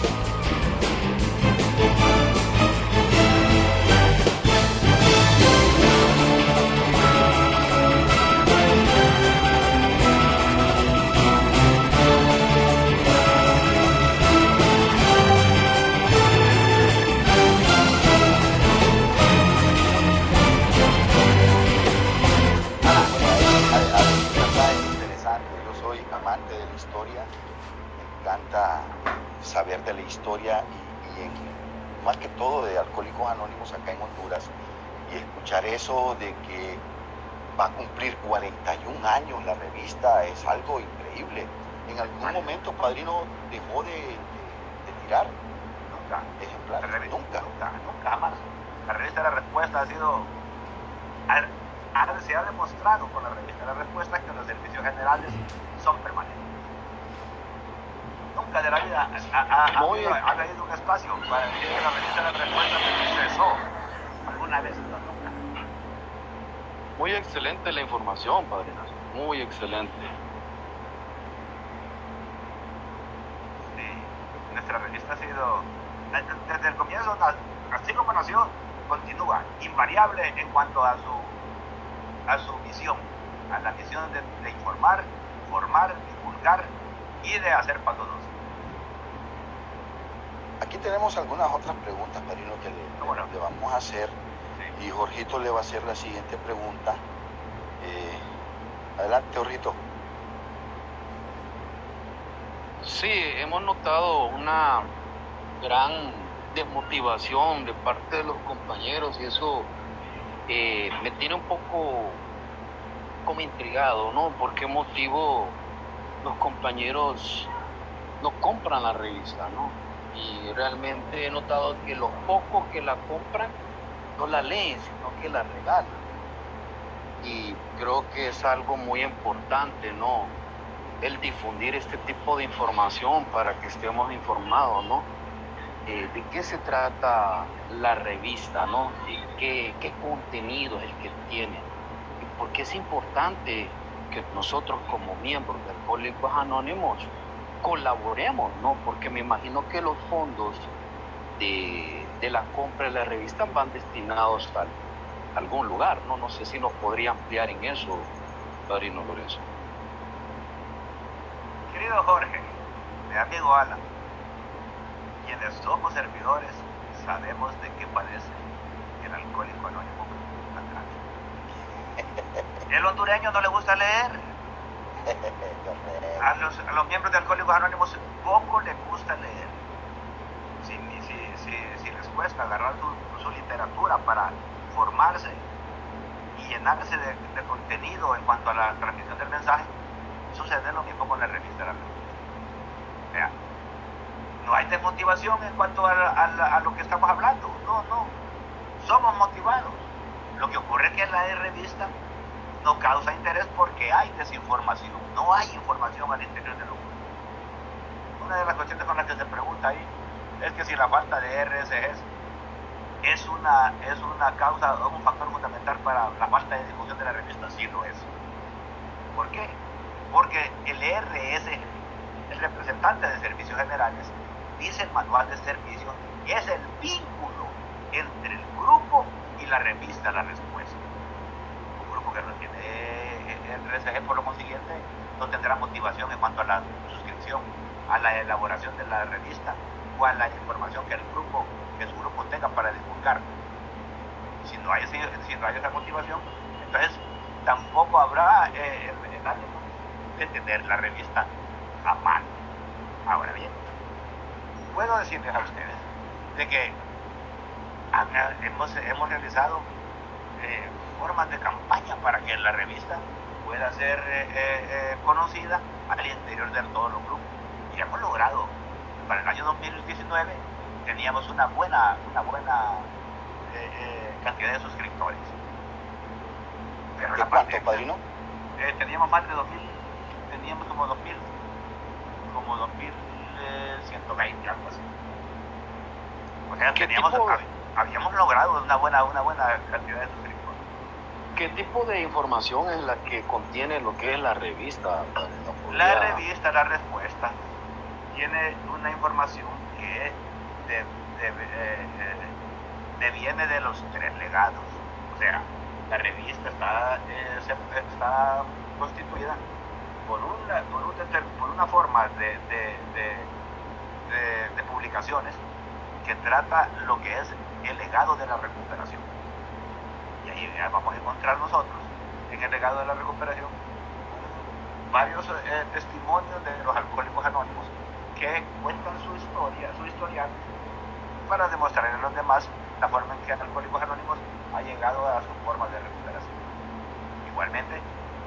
Saber de la historia más que todo de Alcohólicos Anónimos acá en Honduras, y escuchar eso de que va a cumplir 41 años la revista es algo increíble. ¿En algún momento, padrino, dejó de tirar ejemplares? Nunca, jamás. La revista La Respuesta ha sido, se ha demostrado con la revista La Respuesta que los servicios generales son permanentes. Nunca de la vida ha habido un espacio para decir que la revista La Respuesta cesó alguna vez, no, nunca. Muy excelente la información, padrinazo, muy excelente. Sí, nuestra revista ha sido, desde el comienzo, así como nació, continúa, invariable en cuanto a su misión, a la misión de informar, formar, divulgar y de hacer para todos. Aquí tenemos algunas otras preguntas, padrino, que le vamos a hacer. Sí. Y Jorgito le va a hacer la siguiente pregunta. Adelante, Jorgito. Sí, hemos notado una gran desmotivación de parte de los compañeros y eso me tiene un poco como intrigado, ¿no? ¿Por qué motivo los compañeros no compran la revista, ¿no? Y realmente he notado que los pocos que la compran no la leen, sino que la regalan. Y creo que es algo muy importante, ¿no? El difundir este tipo de información para que estemos informados, ¿no? De qué se trata la revista, ¿no? Y qué contenido es el que tiene. Y por qué es importante que nosotros como miembros de Alcohólicos Anónimos colaboremos, ¿no? Porque me imagino que los fondos de la compra de la revista van destinados a algún lugar, ¿no? No sé si nos podría ampliar en eso, padrino Lorenzo. Querido Jorge, mi amigo Alan, quienes somos servidores sabemos de qué padece el alcohólico anónimo. El hondureño no le gusta leer. A los miembros de Alcohólicos Anónimos poco les gusta leer. Si les cuesta agarrar su literatura para formarse y llenarse de contenido en cuanto a la transmisión del mensaje, sucede lo mismo con la revista. Vean, no hay desmotivación en cuanto a lo que estamos hablando. No. Somos motivados. Lo que ocurre es que la revista no causa interés porque hay desinformación. No hay información al interior del grupo. Una de las cuestiones con las que se pregunta ahí es que si la falta de RSS es una causa o un factor fundamental para la falta de difusión de la revista. Sí lo es. ¿Por qué? Porque el RSG, el representante de servicios generales, dice el manual de servicio, es el vínculo entre el grupo y la revista La Respuesta. Un grupo que no tiene el RSG, por lo consiguiente, no tendrá motivación en cuanto a la suscripción, a la elaboración de la revista o a la información que su grupo tenga para divulgar. Si no hay esa motivación, entonces tampoco habrá el ánimo de tener la revista a mano. Ahora bien, puedo decirles a ustedes de que hemos realizado formas de campaña para que la revista pueda ser conocida al interior de todos los grupos. Y hemos logrado, para el año 2019 teníamos una buena cantidad de suscriptores. Pero ¿De cuánto, padrino? Teníamos más de 2000, teníamos como 2120, algo así. O sea, habíamos logrado una buena cantidad de suscriptores. ¿Qué tipo de información es la que contiene lo que es la revista? La revista La Respuesta tiene una información que deviene de los tres legados. O sea, la revista está constituida por una forma de publicaciones que trata lo que es el legado de la recuperación. Y ahí vamos a encontrar nosotros, en el legado de la recuperación, varios testimonios de los alcohólicos anónimos que cuentan su historial, para demostrar a los demás la forma en que Alcohólicos Anónimos ha llegado a su forma de recuperación. Igualmente,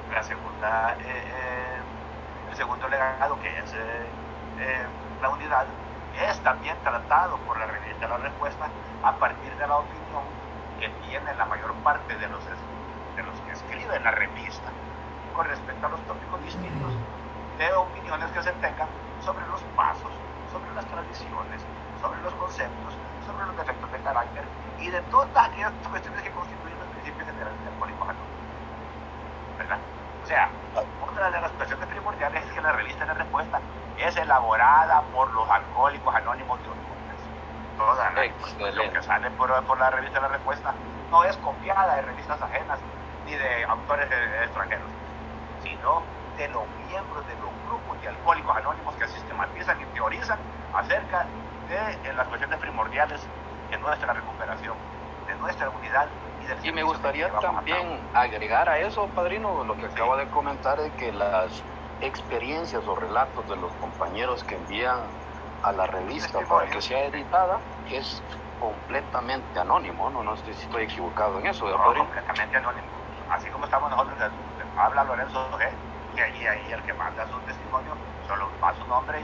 el segundo legado, que es la unidad, es también tratado por la revista La Respuesta a partir de la opinión que tiene la mayor parte de los que escriben la revista con respecto a los tópicos distintos de opiniones que se tengan sobre los pasos, sobre las tradiciones, sobre los conceptos, sobre los defectos de carácter y de todas aquellas cuestiones que constituyen los principios generales del Alcohólicos Anónimos, ¿verdad? O sea, otra de las cuestiones primordiales es que la revista La Respuesta es elaborada por los Alcohólicos Anónimos de Honduras. Toda la información que sale por la revista La Respuesta no es copiada de revistas ajenas ni de autores extranjeros, sino de los miembros de los grupos de Alcohólicos Anónimos que sistematizan y teorizan acerca de las cuestiones primordiales de nuestra recuperación, de nuestra unidad y del Y me gustaría también agregar a eso, padrino, lo que acaba de comentar, de que las experiencias o relatos de los compañeros que envían a la revista para que sea editada es completamente anónimo, no sé si estoy equivocado en eso, ¿verdad, padrino? Completamente anónimo. Así como estamos nosotros, habla Lorenzo G, que ahí el que manda su testimonio solo va su nombre y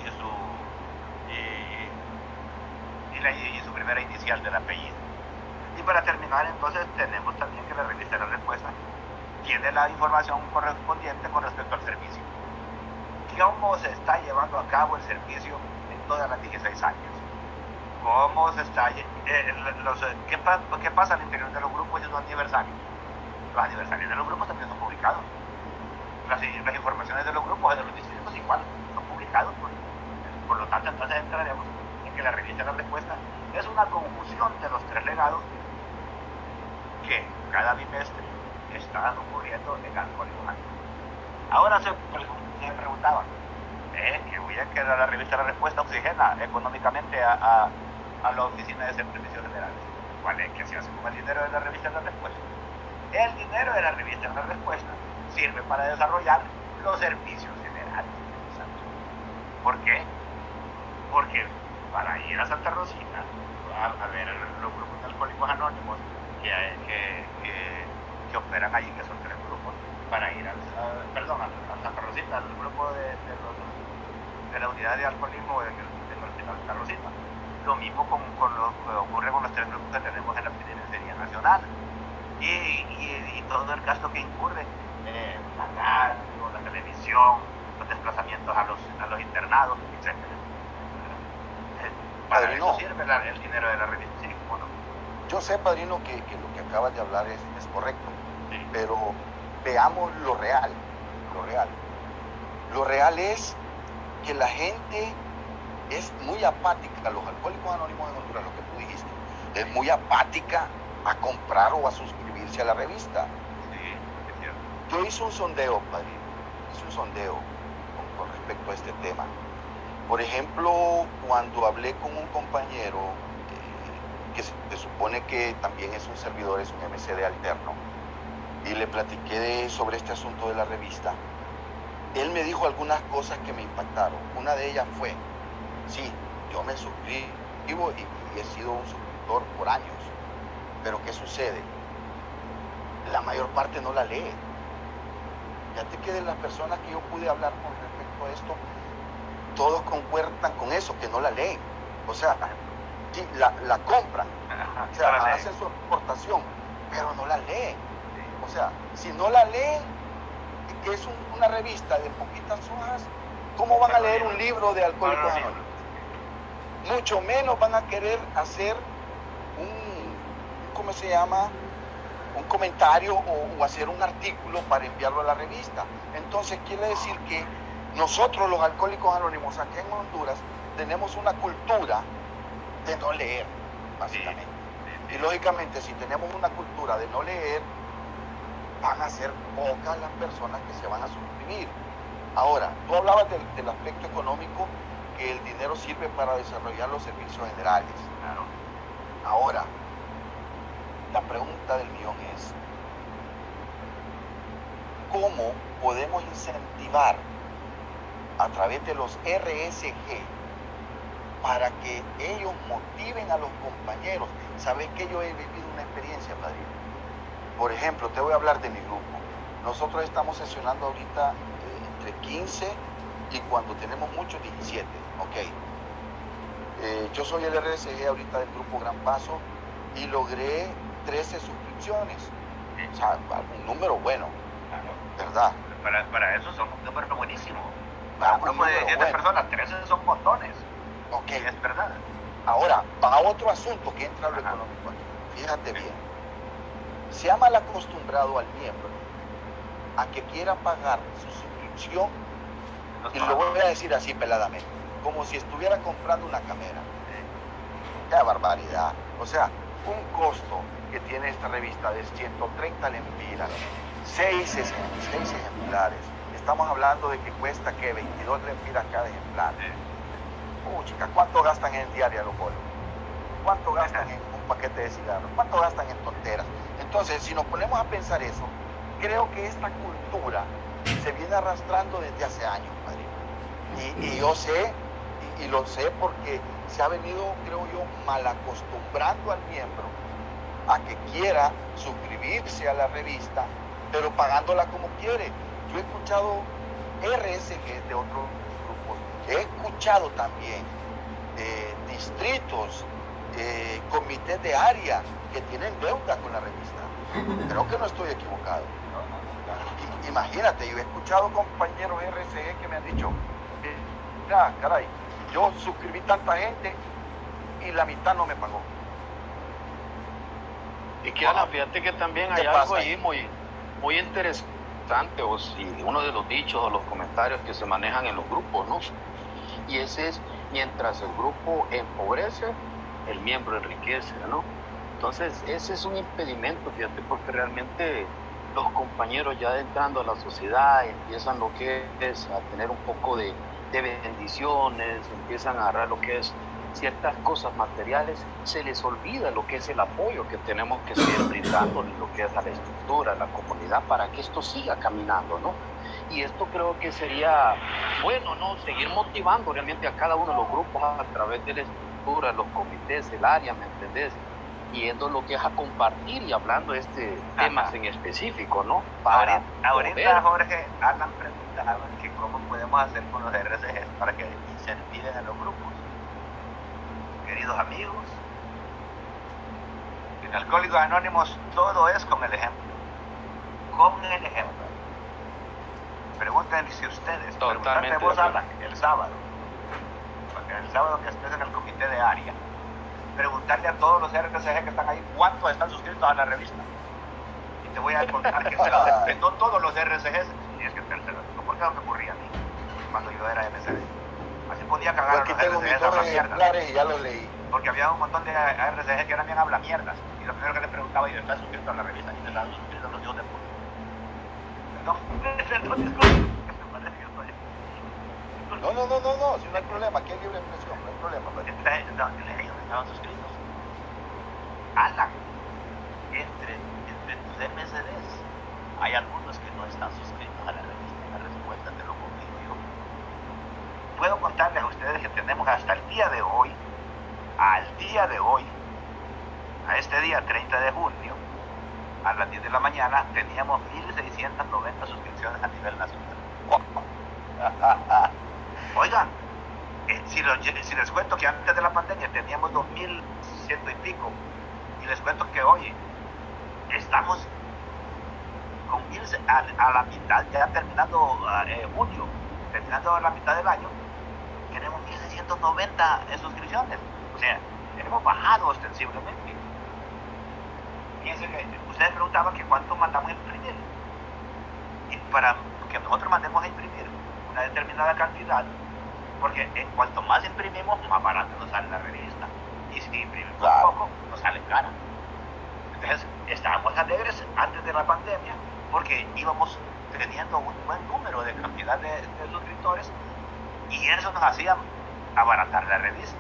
su primera inicial del apellido. Y para terminar, entonces, tenemos también que la revista La Respuesta tiene la información correspondiente con respecto al servicio. ¿Cómo se está llevando a cabo el servicio en todas las 16 años? ¿Cómo se está ¿qué pasa al interior de los grupos y sus aniversarios? Los aniversarios de los grupos también son publicados. Las informaciones de los grupos y de los distritos igual son publicados. Por lo tanto, entonces entraremos en que la revista La Respuesta es una conjunción de los tres legados que cada bimestre están ocurriendo en Alcohólicos Anónimos. Ahora se preguntaban, que voy a quedar la revista La Respuesta oxigena económicamente a la Oficina de Servicios Generales. ¿Cuál es? ¿Qué se hace con el dinero de la revista La Respuesta? El dinero de la revista La Respuesta sirve para desarrollar los servicios generales. ¿Por qué? Porque para ir a Santa Rosita a ver los grupos de Alcohólicos Anónimos que operan allí, que son 3 grupos, para ir a Santa Rosita, al grupo de la unidad de alcoholismo del Hospital Santa Rosita. Lo mismo con lo que ocurre con los 3 grupos que tenemos en la Penitenciaría Nacional. Y todo el gasto que incurre, la radio, la televisión, los desplazamientos a los internados, etc. Para eso sirve el dinero de la revista, ¿sí o no? Yo sé, padrino, que lo que acabas de hablar es correcto, sí. Pero veamos lo real. Lo real es que la gente es muy apática, los Alcohólicos Anónimos en Honduras, lo que tú dijiste, es muy apática a comprar o a suscribirse a la revista. Sí, es cierto. Yo hice un sondeo, padrino, con respecto a este tema. Por ejemplo, cuando hablé con un compañero que se supone que también es un servidor, es un MCD alterno, y le platiqué sobre este asunto de la revista, él me dijo algunas cosas que me impactaron. Una de ellas fue, sí, yo me suscribo y he sido un suscriptor por años, pero ¿qué sucede? La mayor parte no la lee. Fíjate que de las personas que yo pude hablar con respecto a esto, todos concuerdan con eso, que no la leen. O sea, sí, la compran, o sea, hacen su aportación, pero no la leen. O sea, si no la leen, que es una revista de poquitas hojas, ¿cómo van a leer un libro de Alcohólicos Anónimos? Mucho menos van a querer hacer ¿cómo se llama? Un comentario o hacer un artículo para enviarlo a la revista. Entonces quiere decir que Nosotros los alcohólicos anónimos aquí en Honduras tenemos una cultura de no leer, básicamente. Y lógicamente si tenemos una cultura de no leer, van a ser pocas las personas que se van a suscribir. Ahora, tú hablabas del aspecto económico, que el dinero sirve para desarrollar los servicios generales. Claro. Ahora, la pregunta del millón es, ¿cómo podemos incentivar a través de los RSG para que ellos motiven a los compañeros? Sabes que yo he vivido una experiencia, padrino. Por ejemplo, te voy a hablar de mi grupo. Nosotros estamos sesionando ahorita entre 15 y cuando tenemos muchos 17, ok. Yo soy el RSG ahorita del grupo Gran Paso y logré 13 suscripciones. O sea, un número bueno, ¿verdad? Para eso son un número buenísimo. Para un grupo de 17 personas, 13 son montones. Ok. Es verdad. Ahora, va otro asunto que entra a lo económico aquí. Fíjate bien. Se ha mal acostumbrado al miembro a que quiera pagar su suscripción, y lo voy a decir así peladamente, como si estuviera comprando una camera. ¡Qué barbaridad! O sea, un costo que tiene esta revista de 130 lempiras, 6 ejemplares. Estamos hablando de que cuesta, ¿qué? 22 lempiras cada ejemplar. Chica, ¿cuánto gastan en diaria los bolos? ¿Cuánto gastan en un paquete de cigarros? ¿Cuánto gastan en tonteras? Entonces, si nos ponemos a pensar eso, creo que esta cultura se viene arrastrando desde hace años, padrino. Y yo sé, y lo sé porque se ha venido, creo yo, mal acostumbrando al miembro a que quiera suscribirse a la revista, pero pagándola como quiere. Yo he escuchado RSG de otros grupos, he escuchado también distritos, comités de área que tienen deuda con la revista. Creo que no estoy equivocado. Imagínate, yo he escuchado compañeros RSG que me han dicho, mira, caray, yo suscribí tanta gente y la mitad no me pagó. Y que Alan, fíjate que también hay algo ahí muy interesante, o si uno de los dichos o los comentarios que se manejan en los grupos, ¿no? Y ese es, mientras el grupo empobrece, el miembro enriquece, ¿no? Entonces, ese es un impedimento, fíjate, porque realmente los compañeros ya entrando a la sociedad empiezan lo que es a tener un poco de bendiciones, empiezan a agarrar lo que es ciertas cosas materiales, se les olvida lo que es el apoyo que tenemos que seguir brindando, lo que es a la estructura, a la comunidad, para que esto siga caminando, ¿no? Y esto creo que sería bueno, ¿no? Seguir motivando realmente a cada uno de los grupos a través de la estructura, los comités, el área, ¿me entendés? Yendo lo que es a compartir y hablando de temas en específico, ¿no? Ahorita Jorge, Alan preguntaba que cómo podemos hacer con los RCGs para que incentiven a los grupos. Queridos amigos, en Alcohólicos Anónimos todo es con el ejemplo. Con el ejemplo. Pregúntense ustedes, pregúntate vos, Alan, el sábado. Porque el sábado que estés en el comité de área, preguntarle a todos los RCG que están ahí cuántos están suscritos a la revista. Y te voy a contar que no todos los RCGs, y es que ¿por qué no me ocurría a mí cuando yo era MCD? Así podía cagar a los RCGs habla mierdas. Y ya los leí. Porque había un montón de RCG que eran bien habla mierdas. Y lo primero que les preguntaba yo, ¿estás suscrito a la revista? Y me estaban suscritos los hijos de puta. No, si no hay problema, aquí hay libre expresión, no hay problema. Ellos estaban suscritos. Alan, entre tus MCDs hay algunos que no están suscritos a la revista. La respuesta te lo conmigo yo. Puedo contarles a ustedes que tenemos hasta el día de hoy, a este día 30 de junio, a las 10 de la mañana, teníamos 1.690 suscripciones a nivel nacional. Oigan, si les cuento que antes de la pandemia teníamos 2.100 y pico, y les cuento que hoy estamos con 1.000 a la mitad, ya terminando junio, terminando la mitad del año, tenemos 1.690 suscripciones. O sea, hemos bajado ostensiblemente. Fíjense que ustedes preguntaban que cuánto mandamos a imprimir. Y para que nosotros mandemos a imprimir, una determinada cantidad, porque en cuanto más imprimimos, más barato nos sale la revista. Y si imprimimos poco, nos sale cara. Entonces, estábamos alegres antes de la pandemia porque íbamos teniendo un buen número de cantidad de suscriptores y eso nos hacía abaratar la revista.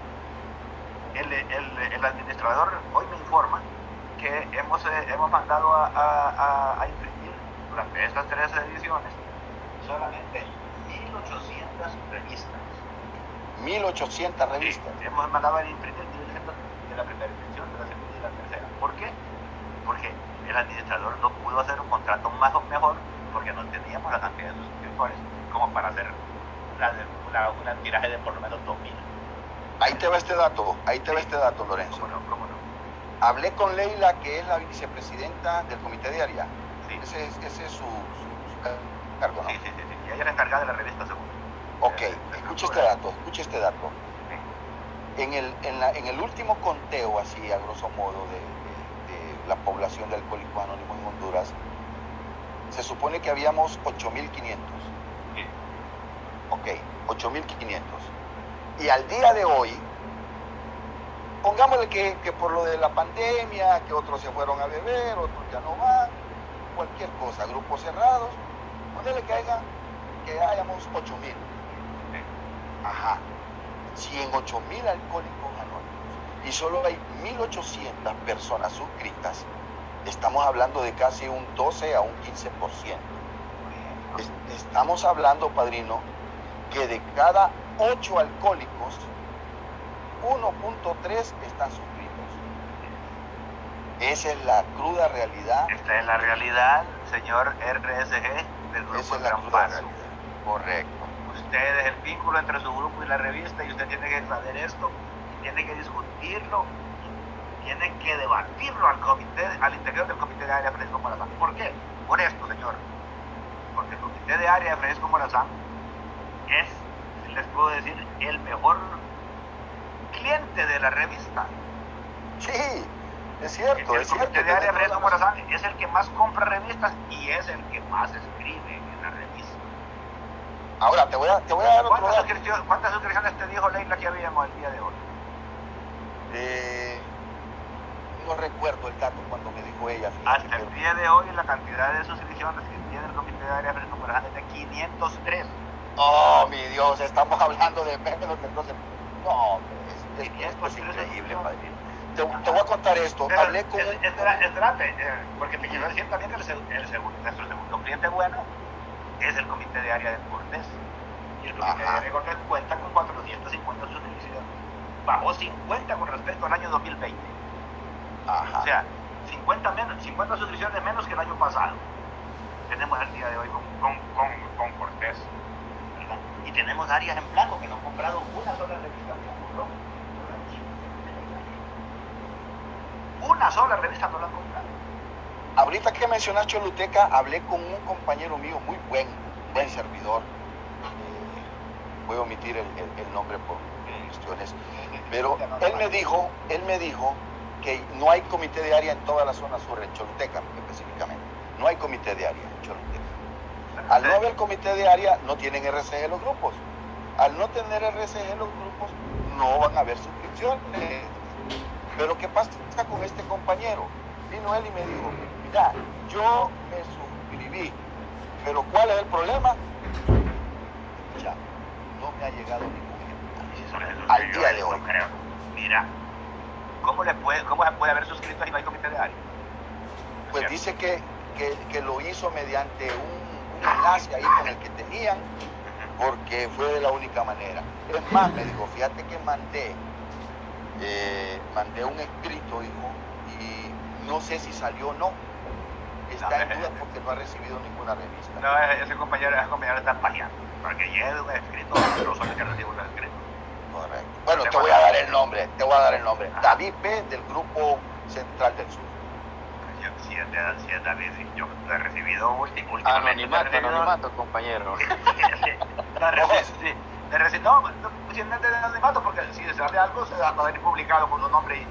El administrador hoy me informa que hemos mandado a imprimir durante estas 3 ediciones solamente 1800 revistas. 1800 revistas. Sí, hemos mandado a imprimir 1800 de la primera edición, de la segunda y de la tercera. ¿Por qué? Porque el administrador no pudo hacer un contrato mejor porque no teníamos la cantidad de suscriptores como para hacer un tiraje de por lo menos 2000. Ahí te va este dato, Lorenzo. ¿Cómo no? Hablé con Leila, que es la vicepresidenta del comité de área. Sí. Ese es su cargo, ¿no? Sí. Y ella es la encargada de la revista segunda. Ok, escucha este dato. Sí. En el último conteo, así a grosso modo, de la población de Alcohólicos Anónimos en Honduras, se supone que habíamos 8.500. Sí. Ok, 8.500. Y al día de hoy, pongámosle que por lo de la pandemia, que otros se fueron a beber, otros ya no van, cualquier cosa, grupos cerrados, ponele que hayamos 8.000. Sí. Ajá. Si en 8.000 alcohólicos anónimos y solo hay 1.800 personas suscritas, estamos hablando de casi un 12 a un 15%. Estamos hablando, padrino, que de cada 8 alcohólicos, 1.3 están suscritos. Esa es la cruda realidad. Esta es la realidad, señor RSG, del grupo Esa es la Gran cruda Paso. realidad. Correcto. Usted es el vínculo entre su grupo y la revista y usted tiene que saber esto, tiene que discutirlo, tiene que debatirlo al interior del comité de área de Francisco Morazán. ¿Por qué? Por esto, señor. Porque el comité de área de Francisco Morazán es, les puedo decir, el mejor cliente de la revista. Sí, es cierto. El comité de área de Francisco Morazán es el que más compra revistas y es el que más escribe en la revista. Ahora, te voy a dar otro dato. ¿Cuántas suscripciones te dijo Leila que habíamos el día de hoy? No recuerdo el dato cuando me dijo ella. Hasta el día de hoy la cantidad de suscripciones que tiene el comité de área de Francisco Morazán es de 503. Oh, mi Dios, estamos hablando de menos de 12. No, esto es increíble, padrino. Te voy a contar esto. Pero, Hablé con... Espérate, porque te quiero decir también que nuestro segundo cliente bueno es el comité de área de Cortés. Y el comité de área de Cortés cuenta con 450 suscripciones. Bajó 50 con respecto al año 2020. Ajá. O sea, 50 suscripciones menos que el año pasado. Tenemos el día de hoy con Cortés. ¿Verdad? Y tenemos áreas en blanco que no han comprado una sola revista. Una sola revista no la han comprado. Ahorita que mencionaste Choluteca, hablé con un compañero mío muy buen servidor. Voy a omitir el nombre por cuestiones. Pero él me dijo que no hay comité de área en toda la zona sur, en Choluteca específicamente. No hay comité de área en Choluteca. Al no haber comité de área, no tienen RCG los grupos. Al no tener RCG los grupos, no van a haber suscripciones. Pero ¿qué pasa con este compañero? Vino él y me dijo, mira, yo me suscribí, pero ¿cuál es el problema? Ya, no me ha llegado ningún ejemplar al día de hoy. No creo. Mira, ¿cómo se puede haber suscrito y no hay comité de área? Pues dice que lo hizo mediante un enlace ahí con el que tenían, porque fue de la única manera. Es más, me dijo, fíjate que mandé un escrito, dijo, y no sé si salió o no. Está en duda porque no ha recibido ninguna revista. No, ese compañero está pajeando. Para que llegue un escrito, pero solo que reciba un escrito. Correcto. Bueno, te voy a dar el nombre. David P. del Grupo Central del Sur. Si es David, yo lo he recibido últimamente. Anonimato, compañero. No, si no es de anonimato, porque si se sale algo, se va a venir publicado con su nombre,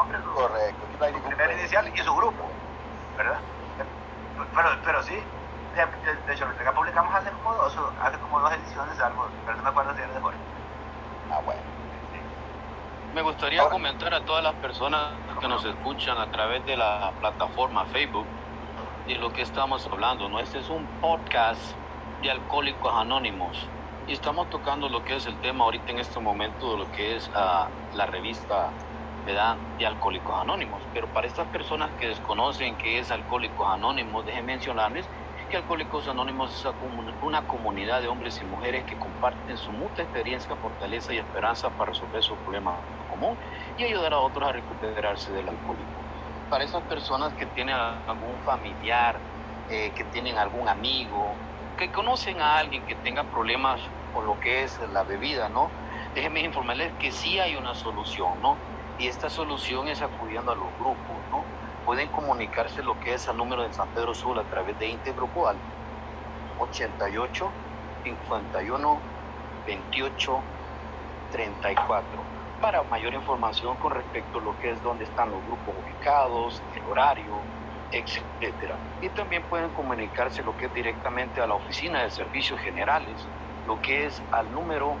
Correcto. Su primer inicial y su grupo, ¿verdad? Pero sí, de hecho, la publicamos hace como dos ediciones, algo, pero no me acuerdo si era de Jorge. Ah, bueno. Me gustaría comentar a todas las personas que nos escuchan a través de la plataforma Facebook de lo que estamos hablando, ¿no? Este es un podcast de Alcohólicos Anónimos y estamos tocando lo que es el tema ahorita en este momento de lo que es la revista, ¿verdad?, de Alcohólicos Anónimos. Pero para estas personas que desconocen qué es Alcohólicos Anónimos, dejen mencionarles que Alcohólicos Anónimos es una comunidad de hombres y mujeres que comparten su mutua experiencia, fortaleza y esperanza para resolver sus problemas común y ayudar a otros a recuperarse del alcoholismo. Para esas personas que tienen algún familiar, que tienen algún amigo, que conocen a alguien que tenga problemas con lo que es la bebida, ¿no? Déjenme informarles que sí hay una solución, ¿no? Y esta solución es acudiendo a los grupos, ¿no? Pueden comunicarse lo que es al número de San Pedro Sula a través de Intergrupo al 88 51 28 34 para mayor información con respecto a lo que es dónde están los grupos ubicados, el horario, etcétera. Y también pueden comunicarse lo que es directamente a la oficina de servicios generales, lo que es al número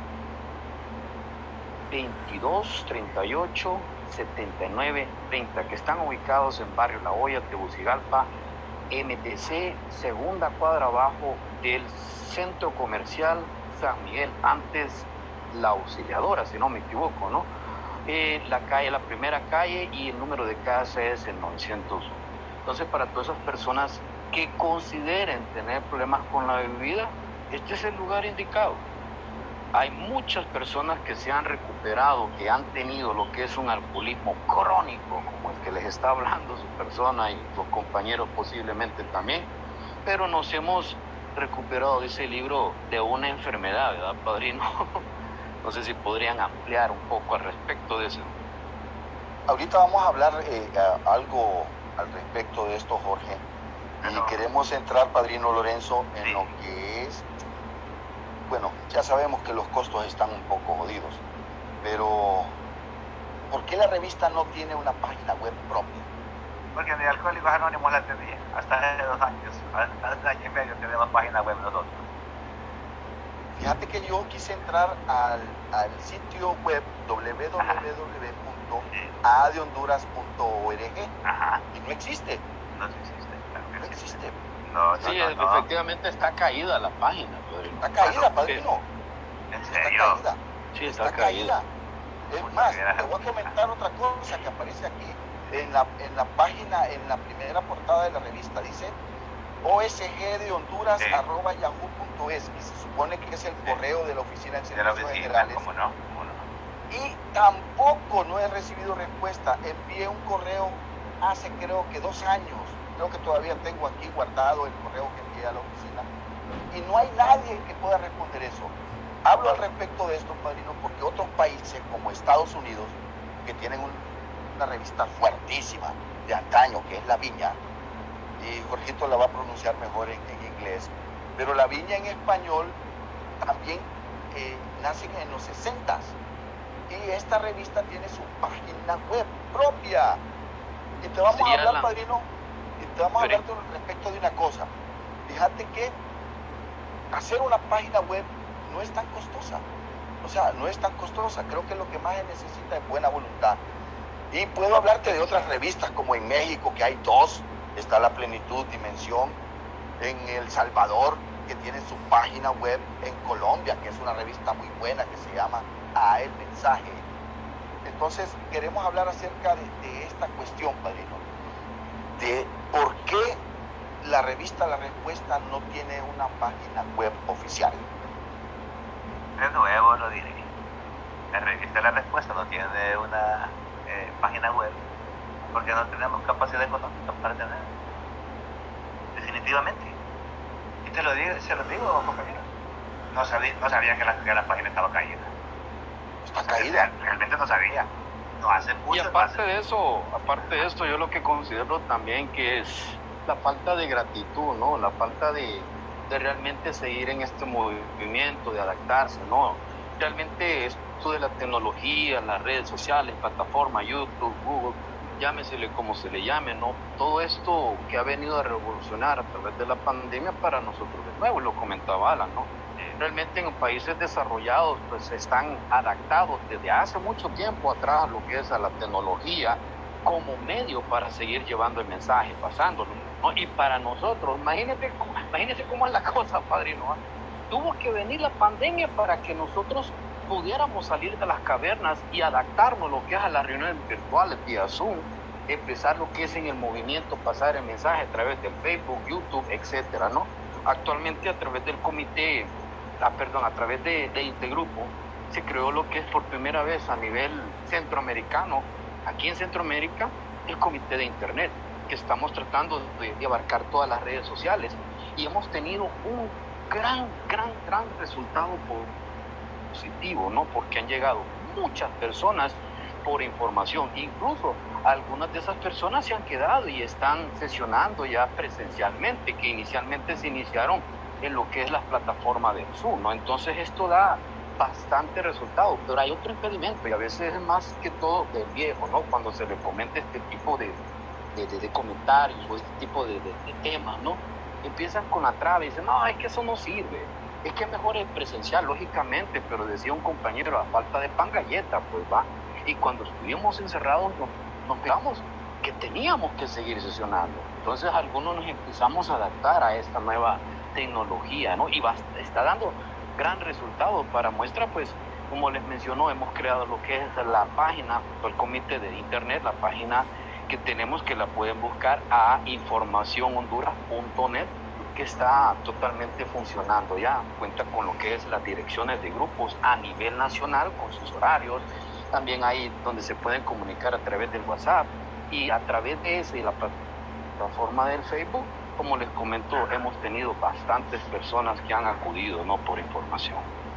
22 38 79 30, que están ubicados en Barrio La Hoya, Tegucigalpa, MTC, segunda cuadra abajo del Centro Comercial San Miguel, antes La Auxiliadora, si no me equivoco, ¿no? La primera calle, y el número de casa es el 901. Entonces, para todas esas personas que consideren tener problemas con la bebida, este es el lugar indicado. Hay muchas personas que se han recuperado, que han tenido lo que es un alcoholismo crónico, como el que les está hablando su persona y los compañeros posiblemente también, pero nos hemos recuperado de ese libro de una enfermedad, ¿verdad, padrino? No sé si podrían ampliar un poco al respecto de eso. Ahorita vamos a hablar algo al respecto de esto, Jorge, y queremos entrar, padrino Lorenzo, en lo que es, bueno, ya sabemos que los costos están un poco jodidos, pero ¿por qué la revista no tiene una página web propia? Porque de Alcohólicos Anónimos la tenía, hasta hace 2 años, hace año y medio tenemos página web nosotros. Fíjate que yo quise entrar al sitio web www.adehonduras.org y no existe. No existe, claro que no existe. No, sí, efectivamente está caída la página, padrino. Está caída, padrino. ¿En serio? Está caída. Sí, está caída. Es más, te voy a comentar otra cosa que aparece aquí en la página, en la primera portada de la revista. Dice osgdehonduras@yahoo.es, y se supone que es el correo de la Oficina de Servicios Generales. ¿Cómo no? Y tampoco no he recibido respuesta. Envié un correo hace creo que 2 años. Creo que todavía tengo aquí guardado el correo que envié a la oficina. Y no hay nadie que pueda responder eso. Hablo al respecto de esto, padrino, porque otros países como Estados Unidos, que tienen una revista fuertísima de antaño, que es La Viña, y Jorgito la va a pronunciar mejor en inglés, pero La Viña en español también nacen en los 60s, y esta revista tiene su página web propia. Y te vamos a hablar, padrino, y te vamos a hablar respecto de una cosa. Fíjate que hacer una página web no es tan costosa. O sea, no es tan costosa. Creo que lo que más se necesita es buena voluntad. Y puedo hablarte de otras revistas, como en México, que hay 2. Está La Plenitud, Dimensión. En El Salvador, que tiene su página web. En Colombia, que es una revista muy buena, que se llama El Mensaje. Entonces, queremos hablar acerca de esta cuestión, padrino. De por qué la revista La Respuesta no tiene una página web oficial. De nuevo lo diré. La revista La Respuesta no tiene una página web porque no tenemos capacidad económica para tener. Definitivamente. Y te lo digo, se lo digo, compañero. No sabía que la página estaba caída. Está caída. Realmente no sabía. No hace mucho. Y aparte de esto, yo lo que considero también que es la falta de gratitud, ¿no? La falta de realmente seguir en este movimiento, de adaptarse, ¿no? Realmente esto de la tecnología, las redes sociales, plataformas, YouTube, Google, llámesele como se le llame, ¿no? Todo esto que ha venido a revolucionar a través de la pandemia para nosotros de nuevo, lo comentaba Alan, ¿no? Realmente en países desarrollados pues están adaptados desde hace mucho tiempo atrás a lo que es a la tecnología como medio para seguir llevando el mensaje, pasándolo, ¿no? Y para nosotros, imagínense cómo es la cosa, padrino, ¿no? Tuvo que venir la pandemia para que nosotros pudiéramos salir de las cavernas y adaptarnos lo que es a las reuniones virtuales vía Zoom, empezar lo que es en el movimiento, pasar el mensaje a través del Facebook, YouTube, etcétera, ¿no? Actualmente a través del comité, a través de Intergrupo, se creó lo que es por primera vez a nivel centroamericano, aquí en Centroamérica, el comité de Internet, que estamos tratando de abarcar todas las redes sociales, y hemos tenido un gran resultado positivo, ¿no? Porque han llegado muchas personas por información, incluso algunas de esas personas se han quedado y están sesionando ya presencialmente, que inicialmente se iniciaron en lo que es la plataforma del Zoom, ¿no? Entonces esto da bastante resultado, pero hay otro impedimento y a veces es más que todo del viejo, ¿no? Cuando se le comenta este tipo de comentarios o este tipo de temas, ¿no? Empiezan con la traba y dicen, no, es que eso no sirve, es que mejor es presencial, lógicamente, pero decía un compañero, a falta de pan galleta, pues va. Y cuando estuvimos encerrados nos pegamos que teníamos que seguir sesionando. Entonces algunos nos empezamos a adaptar a esta nueva tecnología, ¿no? Y está dando gran resultado. Para muestra, pues, como les mencionó, hemos creado lo que es la página, el comité de Internet, la página que tenemos, que la pueden buscar a informacionhonduras.net, que está totalmente funcionando ya, cuenta con lo que es las direcciones de grupos a nivel nacional, con sus horarios, también hay donde se pueden comunicar a través del WhatsApp, y a través de ese, la plataforma del Facebook, como les comento, hemos tenido bastantes personas que han acudido, ¿no? Por información.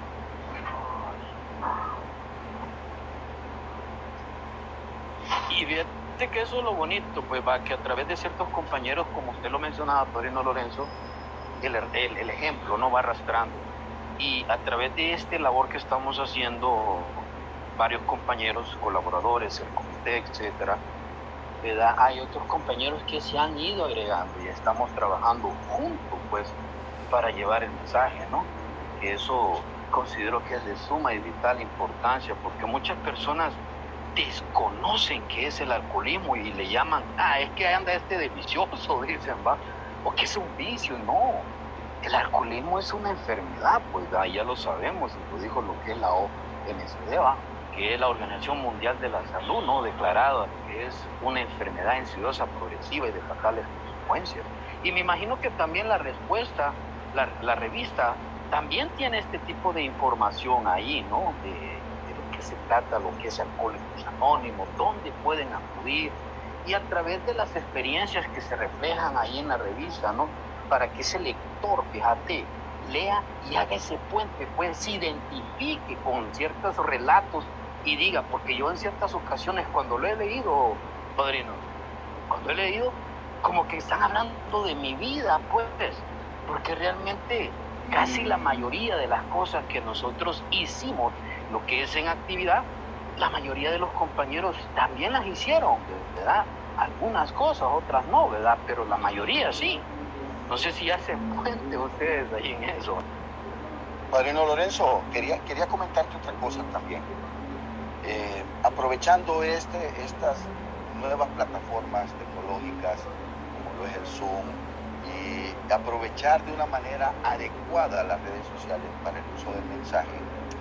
Y fíjate que eso es lo bonito, pues va, que a través de ciertos compañeros, como usted lo mencionaba, padrino Lorenzo, el ejemplo no va arrastrando. Y a través de esta labor que estamos haciendo, varios compañeros, colaboradores, el comité, etcétera, ¿verdad? Hay otros compañeros que se han ido agregando y estamos trabajando juntos, pues, para llevar el mensaje, ¿no? Que eso considero que es de suma y vital importancia, porque muchas personas desconocen qué es el alcoholismo y le llaman, es que anda de vicioso, dicen, va, o que es un vicio. No, el alcoholismo es una enfermedad, pues, ya lo sabemos, y lo dijo lo que es la OMS, ¿va? Que es la Organización Mundial de la Salud, ¿no? Declarada que es una enfermedad insidiosa, progresiva y de fatales consecuencias. Y me imagino que también la respuesta, la revista, también tiene este tipo de información ahí, ¿no? De lo que se trata, lo que es Alcohólicos Anónimos, dónde pueden acudir, y a través de las experiencias que se reflejan ahí en la revista, ¿no? Para que ese lector, fíjate, lea y haga ese puente, pues se identifique con ciertos relatos y diga, porque yo en ciertas ocasiones cuando lo he leído, padrino, cuando he leído, como que están hablando de mi vida, pues, porque realmente casi la mayoría de las cosas que nosotros hicimos, lo que es en actividad, la mayoría de los compañeros también las hicieron, ¿verdad? Algunas cosas, otras no, ¿verdad? Pero la mayoría sí. No sé si hacen puente ustedes ahí en eso. Padrino Lorenzo, quería comentarte otra cosa también. Aprovechando estas nuevas plataformas tecnológicas, como lo es el Zoom, y aprovechar de una manera adecuada las redes sociales para el uso del mensaje,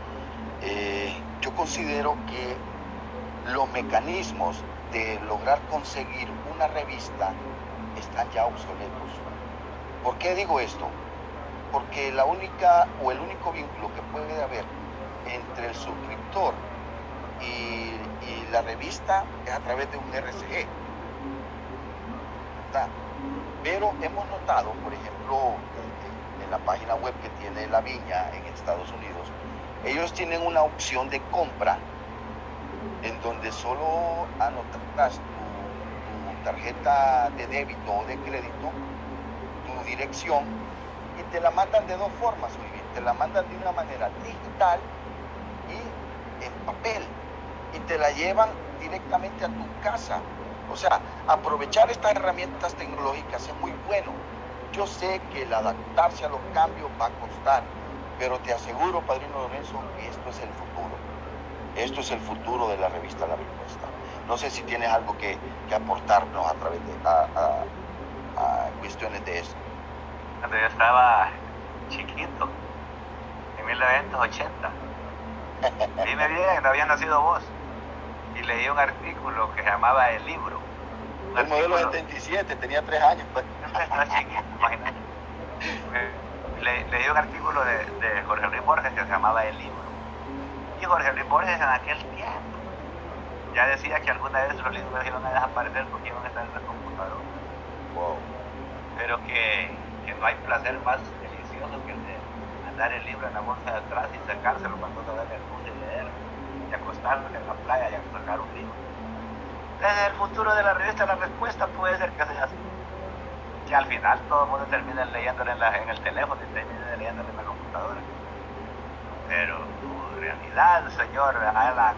yo considero que los mecanismos de lograr conseguir una revista están ya obsoletos. ¿Por qué digo esto? Porque el único vínculo que puede haber entre el suscriptor y la revista es a través de un RCG. ¿Verdad? Pero hemos notado, por ejemplo, en la página web que tiene La Viña en Estados Unidos, ellos tienen una opción de compra en donde solo anotas tu tarjeta de débito o de crédito, tu dirección, y te la mandan de dos formas, muy bien. Te la mandan de una manera digital y en papel, y te la llevan directamente a tu casa. O sea, aprovechar estas herramientas tecnológicas es muy bueno. Yo sé que el adaptarse a los cambios va a costar, pero te aseguro, Padrino Lorenzo, que esto es el futuro. Esto es el futuro de la revista La Respuesta. No sé si tienes algo que aportarnos a través de a cuestiones de eso. Cuando yo estaba chiquito, en 1980, dime bien, no había nacido vos, y leí un artículo que se llamaba El Libro. El modelo 77, tenía 3 años. Pues. Estaba chiquito, imagínate. Leí un artículo de Jorge Luis Borges que se llamaba El Libro. Y Jorge Luis Borges en aquel tiempo ya decía que alguna vez los libros iban a desaparecer porque iban a estar en el computador. Wow. Pero que no hay placer más delicioso que el de andar el libro en la bolsa de atrás y sacárselo cuando uno ve el luz y leer, y acostarse en la playa y sacar un libro. Entonces el futuro de la revista La Respuesta puede ser que sea así. Que al final todo el mundo termine leyéndolo en el teléfono y termine leyéndolo en la computadora. Pero tu realidad, señor Alan,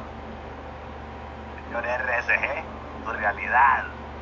señor RSG, tu realidad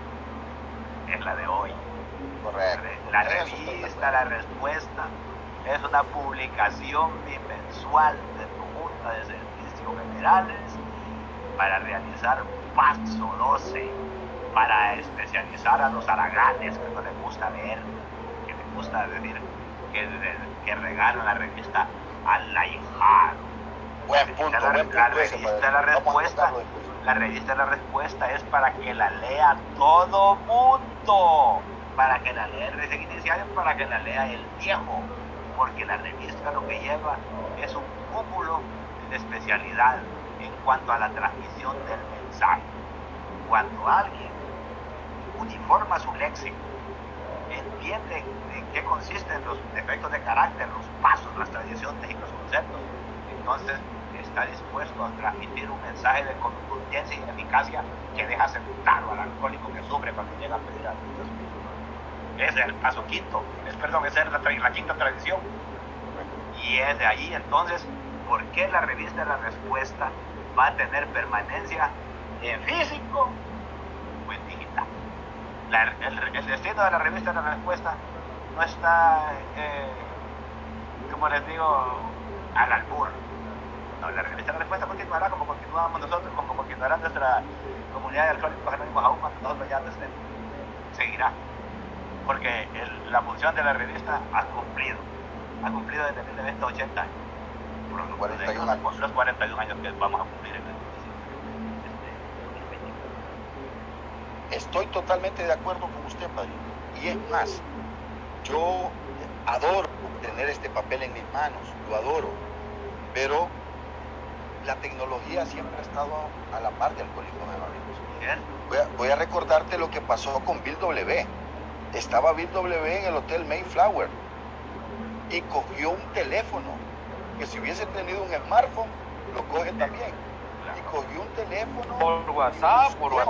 es la de hoy. Correcto. La revista La Respuesta es una publicación bimensual de tu Junta de Servicios Generales para realizar paso 12, para especializar a los haraganes que no les gusta ver, que les gusta decir que regalan la revista al ahijado. Buen punto, La revista La Respuesta, la revista La Respuesta es para que la lea todo mundo, para que la lea el recién iniciado y para que la lea el viejo, porque la revista lo que lleva es un cúmulo de especialidad en cuanto a la transmisión del mensaje. Cuando alguien uniforma su léxico, entiende en qué consisten los defectos de carácter, los pasos, las tradiciones y los conceptos, entonces está dispuesto a transmitir un mensaje de contundencia y eficacia que deja sentado al alcohólico que sufre cuando llega a pedir ayuda. Ese es el paso quinto, esa es la quinta tradición. Y es de ahí entonces, ¿por qué la revista La Respuesta va a tener permanencia en físico o en digital? El destino de la revista La Respuesta no está, como les digo, al albur. No, la revista La Respuesta continuará como continuamos nosotros, como continuará nuestra comunidad de alcohólicos anónimos aún cuando nosotros ya no estemos. Seguirá. Porque la función de la revista ha cumplido desde 1980 años. Los 41 años que vamos a cumplir en el 2020. Estoy totalmente de acuerdo con usted, padrino. Y es más, yo adoro tener este papel en mis manos, lo adoro. Pero la tecnología siempre ha estado a la par de Alcohólicos Anónimos. Voy a recordarte lo que pasó con Bill W. Estaba Bill W en el Hotel Mayflower y cogió un teléfono que si hubiese tenido un smartphone lo coge también, y cogió un teléfono por WhatsApp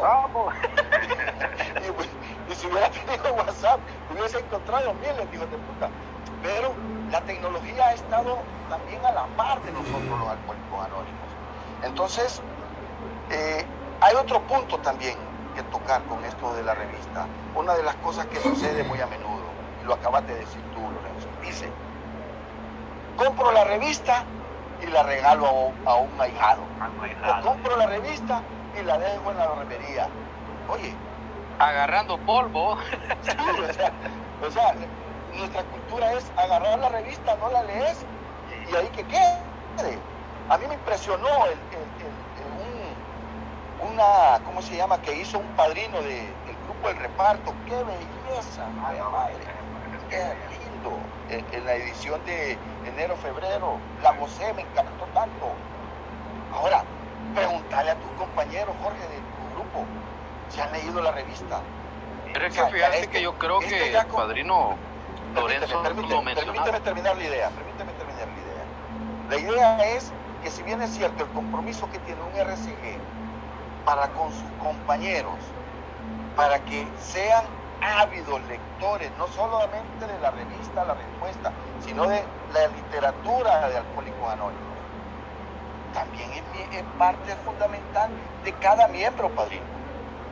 y si hubiera tenido WhatsApp hubiese encontrado miles de hijos de puta. Pero la tecnología ha estado también a la par de nosotros los Alcohólicos Anónimos. Entonces hay otro punto también que tocar con esto de la revista. Una de las cosas que sucede muy a menudo, y lo acabas de decir tú, Lorenzo, dice: compro la revista y la regalo a un ahijado. O compro la revista y la dejo en la barbería. Oye, agarrando polvo. Sí, o sea, nuestra cultura es agarrar la revista, no la lees y ahí que quede. A mí me impresionó una, ¿cómo se llama?, que hizo un padrino del grupo El Reparto. ¡Qué belleza! Madre, ¡qué lindo! En la edición de enero-febrero, la gocé, me encantó tanto. Ahora, pregúntale a tus compañeros, Jorge, de tu grupo, si han leído la revista. Pero es que fíjate que yo creo que el padrino Lorenzo lo mencionaba. Permíteme terminar la idea. La idea es que, si bien es cierto el compromiso que tiene un RCG para con sus compañeros, para que sean ávidos lectores, no solamente de la revista La Respuesta, sino de la literatura de Alcohólicos Anónimos, también es parte fundamental de cada miembro, padrino.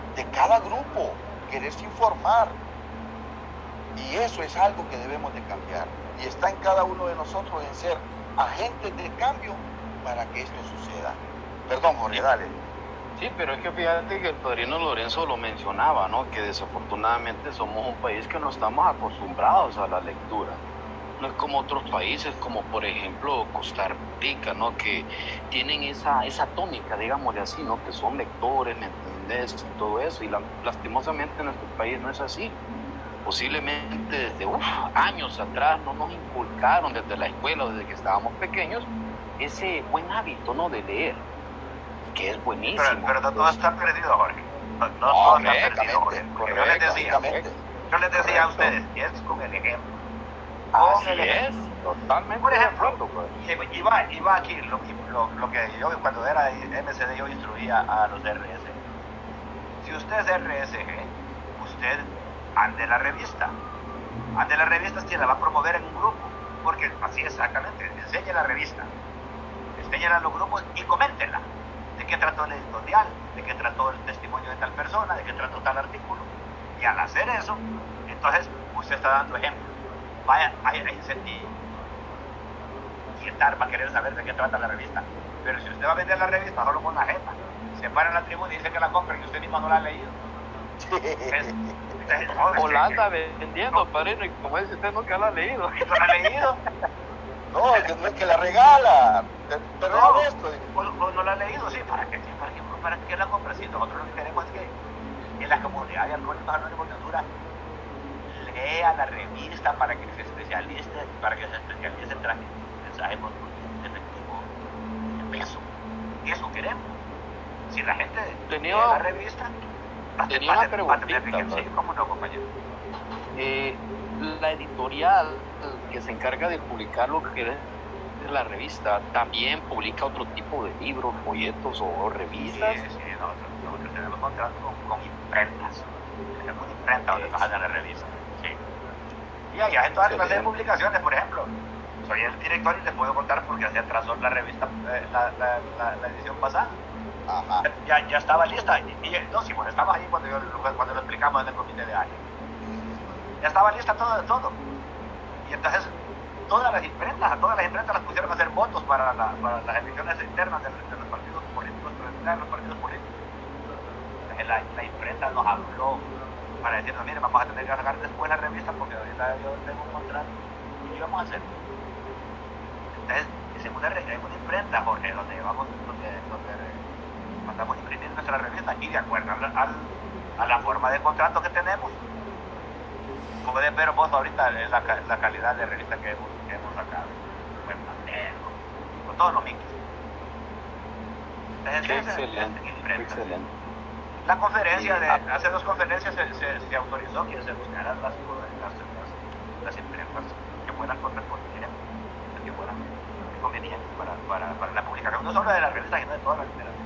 de cada grupo, quererse informar. Y eso es algo que debemos de cambiar. Y está en cada uno de nosotros en ser agentes de cambio para que esto suceda. Perdón, Jorge, dale. Sí, pero es que fíjate que el padrino Lorenzo lo mencionaba, ¿no? Que desafortunadamente somos un país que no estamos acostumbrados a la lectura. No es como otros países, como por ejemplo Costa Rica, ¿no? Que tienen esa tónica, digámosle así, ¿no? Que son lectores, ¿me entendés? Y todo eso. Y lastimosamente en nuestro país no es así. Posiblemente desde años atrás no nos inculcaron desde la escuela, desde que estábamos pequeños, ese buen hábito, ¿no? De leer, que es buenísimo. Pero no todo está perdido, Jorge. No todo está perdido, Jorge. Yo les decía a ustedes, y es con el ejemplo. Así es, totalmente. Por ejemplo, iba aquí lo que yo cuando era MCD yo instruía a los RS. Si usted es RSG, usted ande la revista. Ande la revista si la va a promover en un grupo, porque así exactamente, enseñe la revista, enséñela a los grupos y coméntenla. ¿De qué trató el editorial? ¿De qué trató el testimonio de tal persona? ¿De qué trató tal artículo? Y al hacer eso, entonces usted está dando ejemplo. Vaya a incentivo y estar para querer saber de qué trata la revista. Pero si usted va a vender la revista solo con la jeta, se para en la tribuna y dice que la compren y usted mismo no la ha leído. O la anda vendiendo, padrino, y como dice usted, nunca la ha leído. ¿No la ha leído? No, es que la regala. Pero no, esto. O no la ha leído, sí, ¿para qué la compra? Sí, nosotros lo que queremos es que en la comunidad de Alcohólicos Anónimos de Honduras lea la revista para que se especialice en traje mensaje efectivo de peso. Eso queremos. Si la gente lee la revista, tenía una preguntita. Sí, ¿cómo no, compañero? La editorial que se encarga de publicar lo que es la revista también publica otro tipo de libros, folletos o revistas. Sí, nosotros tenemos contrato con imprentas. Tenemos una imprenta donde nos hacen la revista. Sí. Y allá en todas clases de publicaciones, por ejemplo. Soy el director y les puedo contar porque se atrasó la revista, la edición pasada. Ajá. Ya estaba lista. No, sí, bueno, estamos ahí cuando lo explicamos en el comité de área. Ya estaba lista todo. Y entonces todas las imprentas las pusieron a hacer votos para las elecciones internas de los partidos políticos, de los partidos políticos. Entonces la imprenta nos habló para decirnos, mire, vamos a tener que sacar después la revista porque ahorita yo tengo un contrato. ¿Y qué vamos a hacer? Entonces, hicimos una imprenta, Jorge, donde mandamos imprimir nuestra revista y de acuerdo a la forma de contrato que tenemos, pueden ver vos ahorita la calidad de revista que hemos sacado. Buen papel, con todos los micros. Excelente. La conferencia hace 2 conferencias se autorizó que se buscaran las imprentas que fueran correspondientes, que fueran convenientes para la publicación, no solo de la revista, sino de toda la literatura.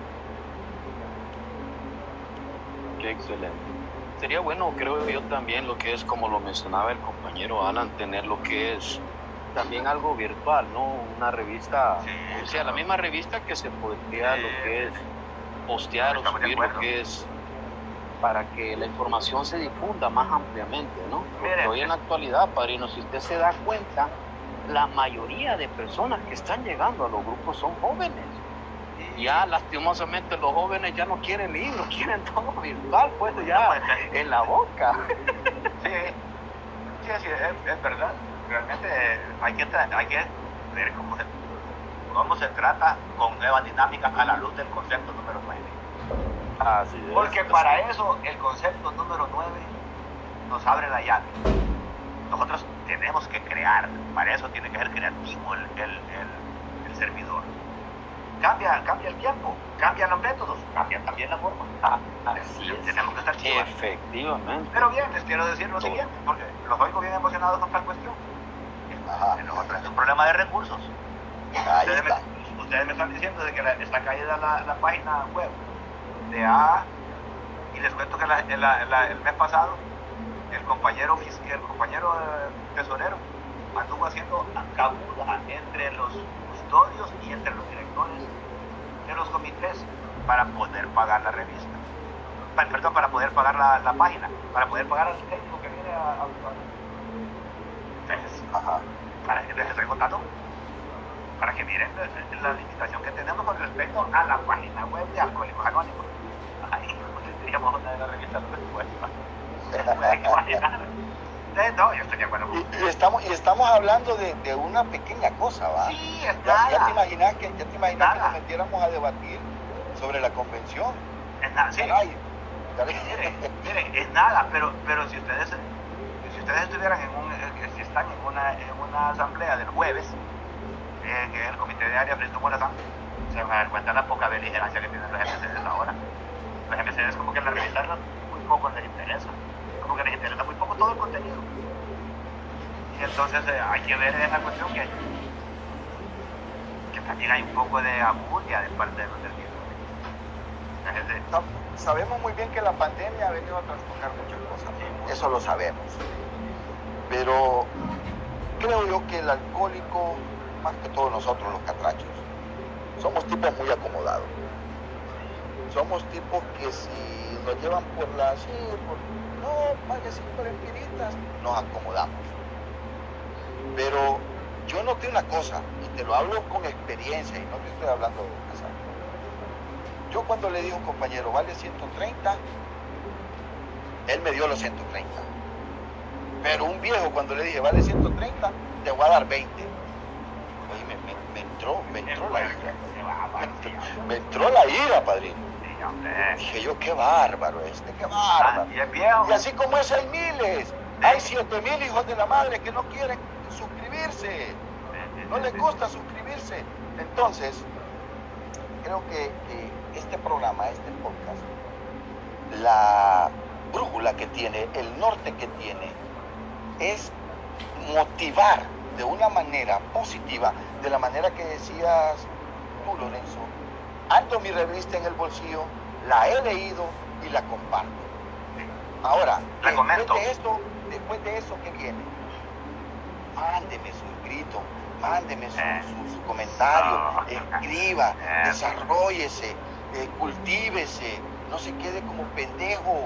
Qué excelente. Sería bueno, creo yo también, lo que es, como lo mencionaba el compañero Alan, tener lo que es también algo virtual, ¿no? Una revista, o sea, la misma revista que se podría lo que es postear o subir lo que es para que la información se difunda más ampliamente, ¿no? Porque hoy en la actualidad, padrino, si usted se da cuenta, la mayoría de personas que están llegando a los grupos son jóvenes. Ya lastimosamente los jóvenes ya no quieren libros, quieren todo virtual, pues ya en la boca. Sí, es verdad. Realmente hay que ver cómo se trata con nuevas dinámicas a la luz del concepto número 9. Así es. Porque para eso el concepto número 9 nos abre la llave. Nosotros tenemos que crear, para eso tiene que ser creativo el servidor. Cambia el tiempo, cambian los métodos, cambia también la forma. Tenemos que estar chivas. Efectivamente. Pero bien, les quiero decir lo siguiente, porque los oigo bien emocionados con esta cuestión. Nosotros es un problema de recursos. Ustedes me están diciendo de que está caída la página web de AA, y les cuento que el mes pasado el compañero tesorero anduvo haciendo cabuda entre los custodios y entre los directores de los comités para poder pagar la revista. perdón, para poder pagar la página, para poder pagar al técnico que viene a entonces, para que les estoy contando, para que miren la limitación que tenemos con respecto a la página web de Alcohólicos Anónimos. Ahí tendríamos una de las revistas después. ¿Se pueden imaginar? No, yo estoy de acuerdo. Y estamos hablando de una pequeña cosa, ¿va? Sí, es ya, nada. ya te imaginas que nos metiéramos a debatir sobre la convención. Es nada, sí. Caray. Miren, es nada, pero si ustedes estuvieran si están en una asamblea del jueves, que es el comité de área Fristo Morazán, se van a dar cuenta de la poca beligerancia que tienen los MCDs ahora. Los MCDs como que la revista muy poco les interesa, como que les interesa muy poco todo el contenido. Y entonces hay que ver esa cuestión que también hay un poco de abulia de parte de los servicios. Sabemos muy bien que la pandemia ha venido a trastocar muchas cosas, eso lo sabemos. Pero creo yo que el alcohólico, más que todos nosotros los catrachos, somos tipos muy acomodados. Somos tipos que si nos llevan por no, pague 5 empiritas, nos acomodamos. Pero yo noté una cosa, y te lo hablo con experiencia, y no te estoy hablando de casar. Yo cuando le dije a un compañero, vale 130, él me dio los 130. Pero un viejo cuando le dije, vale 130, te voy a dar 20. Oye, me entró la ira. Me entró la ira, padrino. Dije yo, qué bárbaro qué bárbaro. Y así como es, hay miles. Hay 7,000 hijos de la madre que no quieren suscribirse. No les gusta suscribirse. Entonces, creo que este programa, este podcast, la brújula que tiene, el norte que tiene, es motivar de una manera positiva, de la manera que decías tú, Lorenzo. Ando mi revista en el bolsillo, la he leído y la comparto. Ahora, después de eso, ¿qué viene? Mándeme su grito, mándeme sus comentarios, escriba, desarróllese, cultívese, no se quede como pendejo.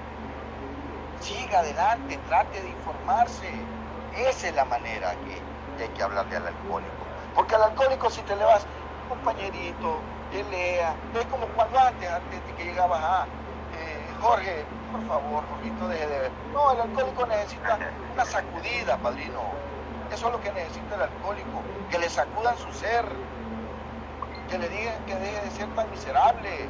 Siga adelante, trate de informarse. Esa es la manera que hay que hablarle al alcohólico. Porque al alcohólico, si te le vas, compañerito, que lea, es como cuando antes de que llegabas Jorge, por favor, Jorgito, deje de ver. No, el alcohólico necesita una sacudida, padrino. Eso es lo que necesita el alcohólico, que le sacudan su ser, que le digan que deje de ser tan miserable,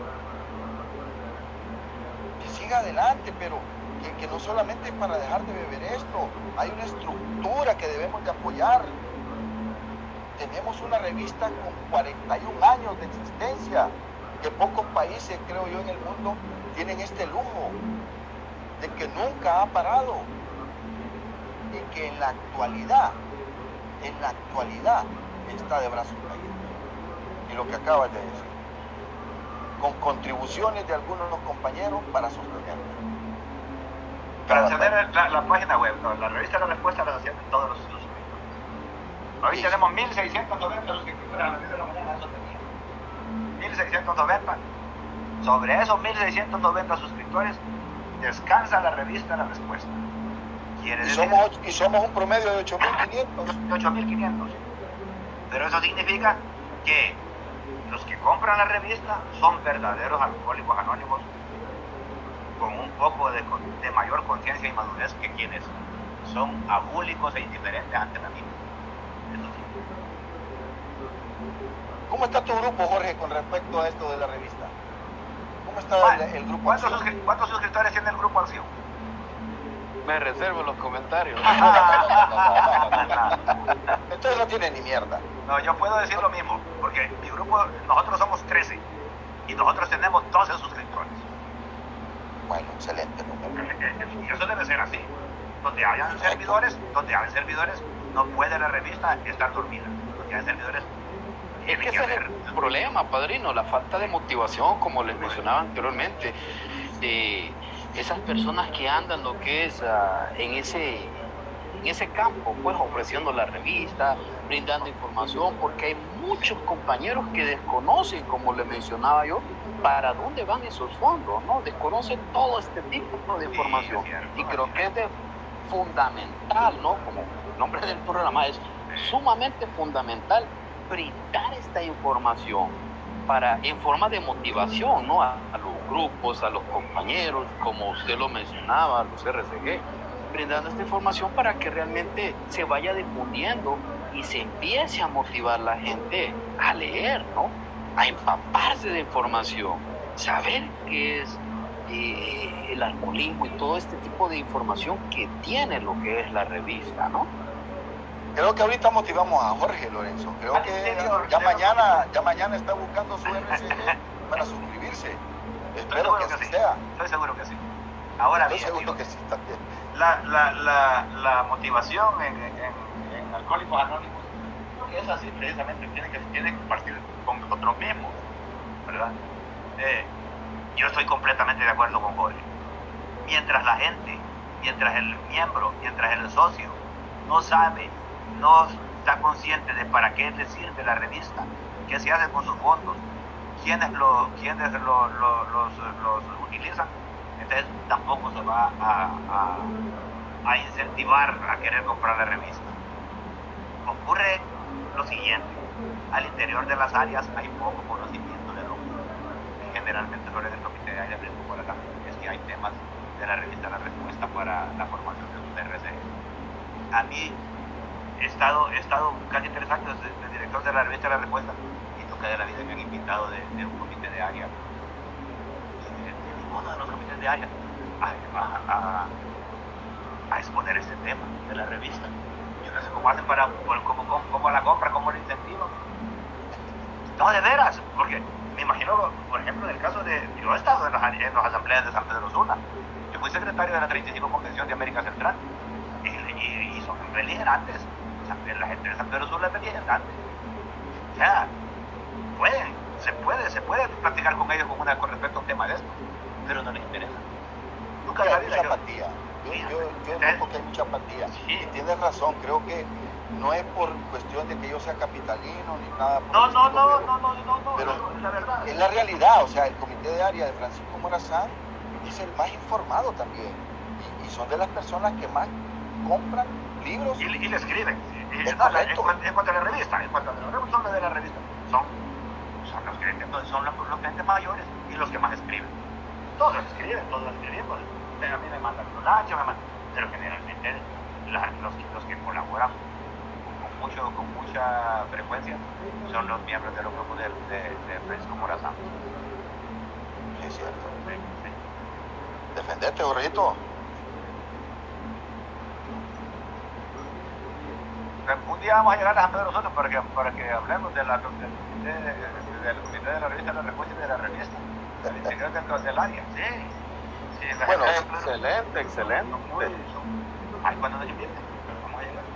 que siga adelante, pero que no solamente es para dejar de beber esto, hay una estructura que debemos de apoyar. Tenemos una revista con 41 años de existencia, que pocos países, creo yo, en el mundo tienen este lujo, de que nunca ha parado, y que en la actualidad está de brazos caídos. Y lo que acabas de decir, con contribuciones de algunos de los compañeros para sostenerlo. Para tener la página web, la revista de la respuesta la hacían todos los suscriptores. Hoy tenemos 1,690 suscriptores a las 10 de la mañana, eso tenía. 1,690. Sobre esos 1,690 suscriptores descansa la revista La Respuesta. Y somos un promedio de 8,500. 8,500. Pero eso significa que los que compran la revista son verdaderos alcohólicos anónimos con un poco de mayor conciencia y madurez que quienes son abúlicos e indiferentes ante la vida. Eso sí. ¿Cómo está tu grupo, Jorge, con respecto a esto de la revista? ¿Cómo está el grupo? ¿Cuántos suscriptores tiene el grupo Acción? Me reservo los comentarios. Entonces no tiene ni mierda. No, yo puedo decir lo mismo, porque mi grupo, nosotros somos 13 y nosotros tenemos 12 suscriptores. Bueno, excelente número. Y eso debe ser así. Donde hayan servidores, no puede la revista estar dormida. Donde hay servidores. Es que ese es el problema, padrino, la falta de motivación, como les mencionaba anteriormente, de esas personas que andan lo que es en en ese campo, pues ofreciendo la revista, brindando información, porque hay muchos compañeros que desconocen, como le mencionaba yo, para dónde van esos fondos, ¿no? Desconocen todo este tipo de información. Sí, cierto, y creo que es fundamental, ¿no? Como el nombre del programa es sumamente fundamental brindar esta información en forma de motivación, ¿no? A los grupos, a los compañeros, como usted lo mencionaba, a los RCG, brindando esta información para que realmente se vaya difundiendo y se empiece a motivar la gente a leer, ¿no? A empaparse de información, saber qué es el alcoholismo y todo este tipo de información que tiene lo que es la revista, ¿no? Creo que ahorita motivamos a Jorge, Lorenzo. Creo que ya mañana está buscando su RCG para suscribirse. Espero que así sea. Estoy seguro que sí. Ahora bien, estoy seguro que sí también. La motivación en Alcohólicos Anónimos es así, precisamente, tiene que partir con nosotros mismos, ¿verdad? Yo estoy completamente de acuerdo con Jorge. Mientras la gente, mientras el miembro, mientras el socio no sabe, no está consciente de para qué le sirve la revista, qué se hace con sus fondos, quiénes los utilizan, entonces tampoco se va a incentivar a querer comprar la revista. Ocurre lo siguiente: al interior de las áreas hay poco conocimiento de lo que generalmente sobre el comité de áreas de Tucumán, es que hay temas de la revista La Respuesta para la formación de un RCG. A mí he estado casi 3 años de director de la revista La Respuesta y nunca de la vida me han invitado de un comité de área, de ninguno de los comités de área, a exponer este tema de la revista. Yo no sé cómo hacen cómo la compran, cómo la incentivan. No, de veras, porque me imagino, por ejemplo, en el caso de, yo he estado en las asambleas de San Pedro Sula, yo fui secretario de la 35 Convención de América Central, y son beligerantes. La gente de San Pedro Sula es beligerante. O sea, se puede platicar con ellos con respecto a un tema de esto, pero no les interesa. Nunca hay mucha apatía. Yo noto que hay mucha apatía. Sí. Y tienes razón, creo que no es por cuestión de que yo sea capitalino ni nada. No, pero la verdad. Es la realidad, o sea, el comité de área de Francisco Morazán es el más informado también. Y son de las personas que más compran libros. Y le escriben. En cuanto a la revista, son de la revista, son los clientes mayores y los que más escriben. Todos escriben. A mí me mandan Colacho, pero generalmente los que colaboran con mucha frecuencia son los miembros de los grupos de Francisco Morazán. Sí, es cierto. Sí. Defendete, Jorgito. Un día vamos a llegar a San Pedro Sula para que hablemos del comité de la revista, de la respuesta y de la revista, del interior del área. Sí, bueno, excelente. Ay, cuando nos inviten, vamos a llegar.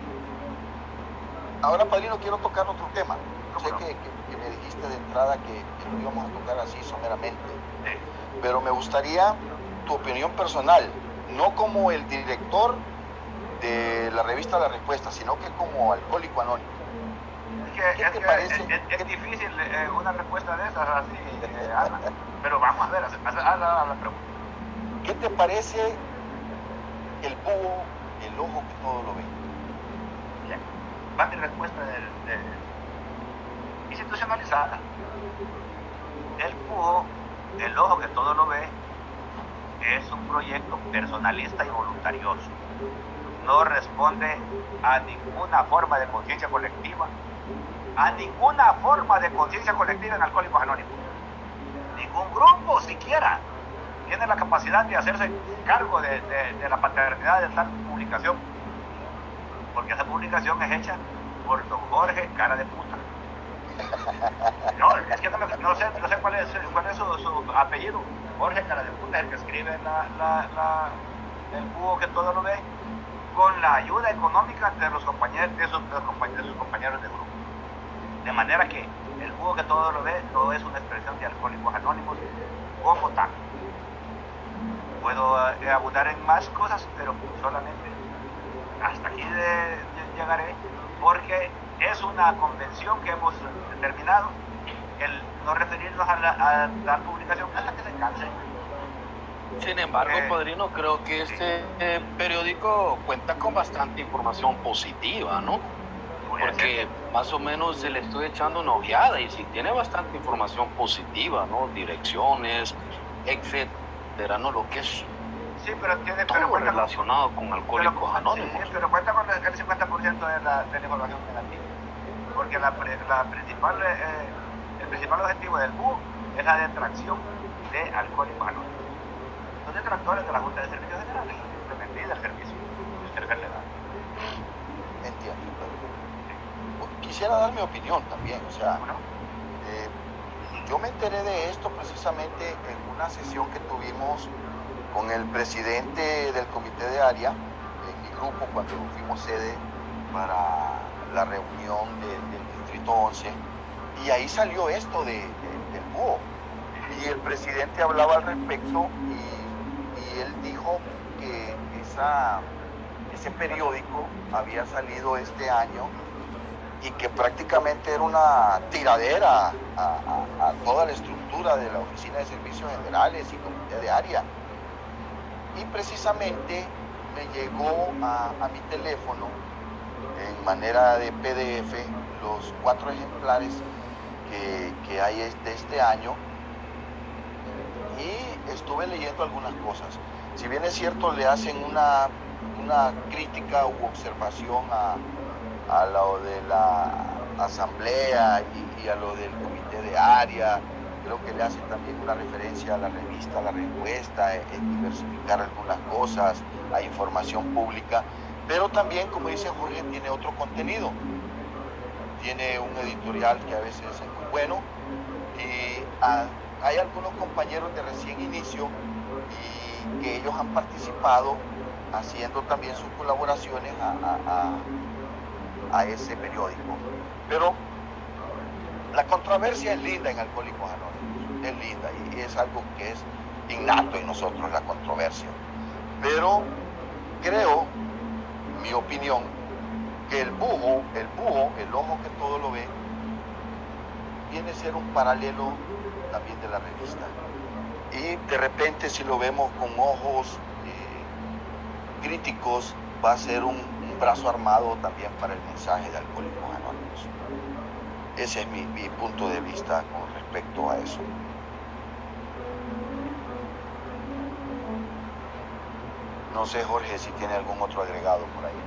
Ahora, padrino, quiero tocar otro tema. Sé que me dijiste de entrada que lo íbamos a tocar así someramente, Sí. Pero me gustaría tu opinión personal, no como el director de la revista La Respuesta, sino que como alcohólico anónimo. ¿Qué te parece? Es difícil una respuesta de esas así, Ana, pero vamos a ver, haz la pregunta. ¿Qué te parece el búho, el ojo que todo lo ve? Bien, va mi respuesta institucionalizada. El búho, el ojo que todo lo ve, es un proyecto personalista y voluntarioso. No responde a ninguna forma de conciencia colectiva, en Alcohólicos Anónimos. Ningún grupo siquiera tiene la capacidad de hacerse cargo de la paternidad de tal publicación, porque esa publicación es hecha por don Jorge Cara de Puta. No, es que no sé cuál es su apellido. Jorge Cara de Puta es el que escribe el búho que todo lo ve, con la ayuda económica de sus compañeros de grupo. De manera que el búho que todo lo ve no es una expresión de Alcohólicos Anónimos como tal. Puedo abundar en más cosas, pero solamente hasta aquí llegaré, porque es una convención que hemos determinado, el no referirnos a dar publicación hasta que se canse. Sin embargo, padrino, creo que este periódico cuenta con bastante información positiva, ¿no? Porque más o menos se le estoy echando una ojeada y sí tiene bastante información positiva, ¿no? Direcciones, etcétera, ¿no? Lo que es pero tiene todo relacionado con Alcohólicos Anónimos. Sí, pero cuenta con el 50% de la información negativa. Porque el principal objetivo del BU es la detracción de Alcohólicos Anónimos. Son detractores de la Junta de Servicios Generales, simplemente y del servicio que usted le da. Entiendo. Quisiera dar mi opinión también, o sea, yo me enteré de esto precisamente en una sesión que tuvimos con el presidente del comité de área, en mi grupo, cuando fuimos sede para la reunión del Distrito 11, y ahí salió esto del búho, y el presidente hablaba al respecto, y él dijo que ese periódico había salido este año y que prácticamente era una tiradera a toda la estructura de la Oficina de Servicios Generales y Comité de Área. Y precisamente me llegó a mi teléfono en manera de PDF los 4 ejemplares que hay de este año, y estuve leyendo algunas cosas. Si bien es cierto, le hacen una crítica u observación a lo de la asamblea y a lo del comité de área, creo que le hacen también una referencia a la revista La Respuesta, en diversificar algunas cosas, a información pública, pero también, como dice Jorge, tiene otro contenido, tiene un editorial que a veces es muy bueno, y hay algunos compañeros de recién inicio y que ellos han participado haciendo también sus colaboraciones a ese periódico. Pero la controversia es linda en Alcohólicos Anónimos, es linda y es algo que es innato en nosotros, la controversia. Pero creo, mi opinión, que el búho, el ojo que todo lo ve, viene a ser un paralelo también de la revista. Y de repente, si lo vemos con ojos críticos, va a ser un brazo armado también para el mensaje de Alcohólicos Anónimos. Ese es mi punto de vista con respecto a eso. No sé, Jorge, si tiene algún otro agregado por ahí.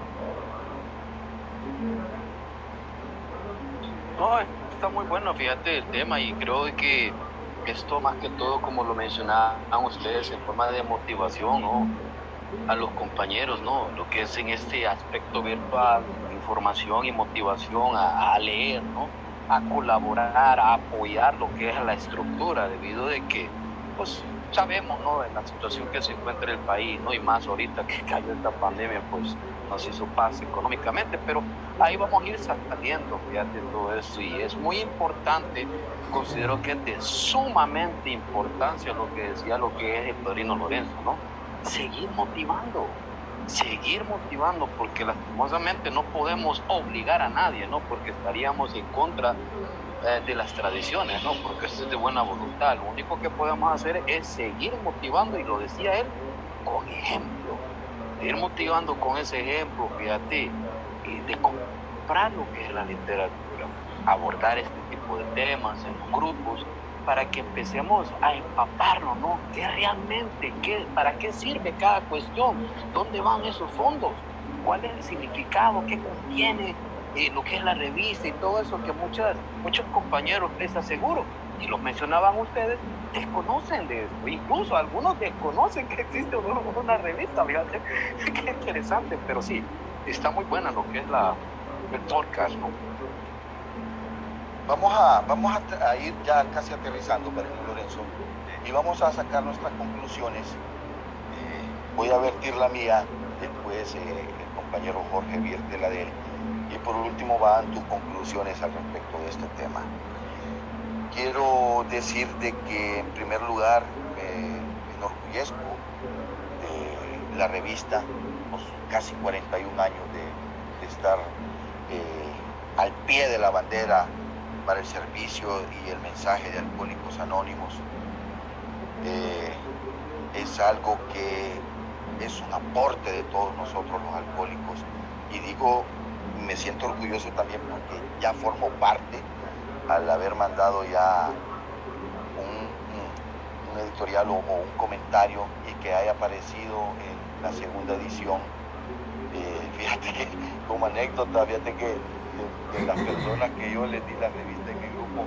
No, está muy bueno, fíjate el tema, y creo que esto más que todo, como lo mencionaban ustedes, en forma de motivación, ¿no?, a los compañeros, ¿no?, lo que es en este aspecto virtual, información y motivación a leer, ¿no?, a colaborar, a apoyar lo que es la estructura, debido de que, pues, sabemos, ¿no?, en la situación que se encuentra el país, ¿no?, y más ahorita que cayó esta pandemia, pues nos hizo paz económicamente, pero ahí vamos a ir saliendo, fíjate, todo eso, y es muy importante, considero que es de sumamente importancia lo que decía, lo que es el padrino Lorenzo, ¿no?, seguir motivando, porque lastimosamente no podemos obligar a nadie, ¿no?, porque estaríamos en contra de las tradiciones, ¿no?, porque eso es de buena voluntad. Lo único que podemos hacer es seguir motivando, y lo decía él, con ejemplo, ir motivando con ese ejemplo, fíjate, de comprar lo que es la literatura, abordar este tipo de temas en los grupos, para que empecemos a empaparnos, ¿no?, ¿qué realmente, para qué sirve cada cuestión? ¿Dónde van esos fondos? ¿Cuál es el significado? ¿Qué contiene lo que es la revista y todo eso que muchos compañeros, les aseguro, y lo mencionaban ustedes, desconocen de esto? Incluso algunos desconocen que existe una revista, fíjate, qué interesante, pero sí, está muy buena lo que es el podcast, ¿no? Vamos a ir ya casi aterrizando, padrino Lorenzo, y vamos a sacar nuestras conclusiones. Voy a vertir la mía, después el compañero Jorge vierte la de él, y por último van tus conclusiones al respecto de este tema. Quiero decir de que en primer lugar me enorgullezco de la revista, los casi 41 años de estar al pie de la bandera para el servicio y el mensaje de Alcohólicos Anónimos. Es algo que es un aporte de todos nosotros los alcohólicos, y digo, me siento orgulloso también porque ya formo parte, al haber mandado ya un editorial o un comentario y que haya aparecido en la segunda edición. Fíjate que como anécdota, fíjate que de las personas que yo les di la revista en el grupo,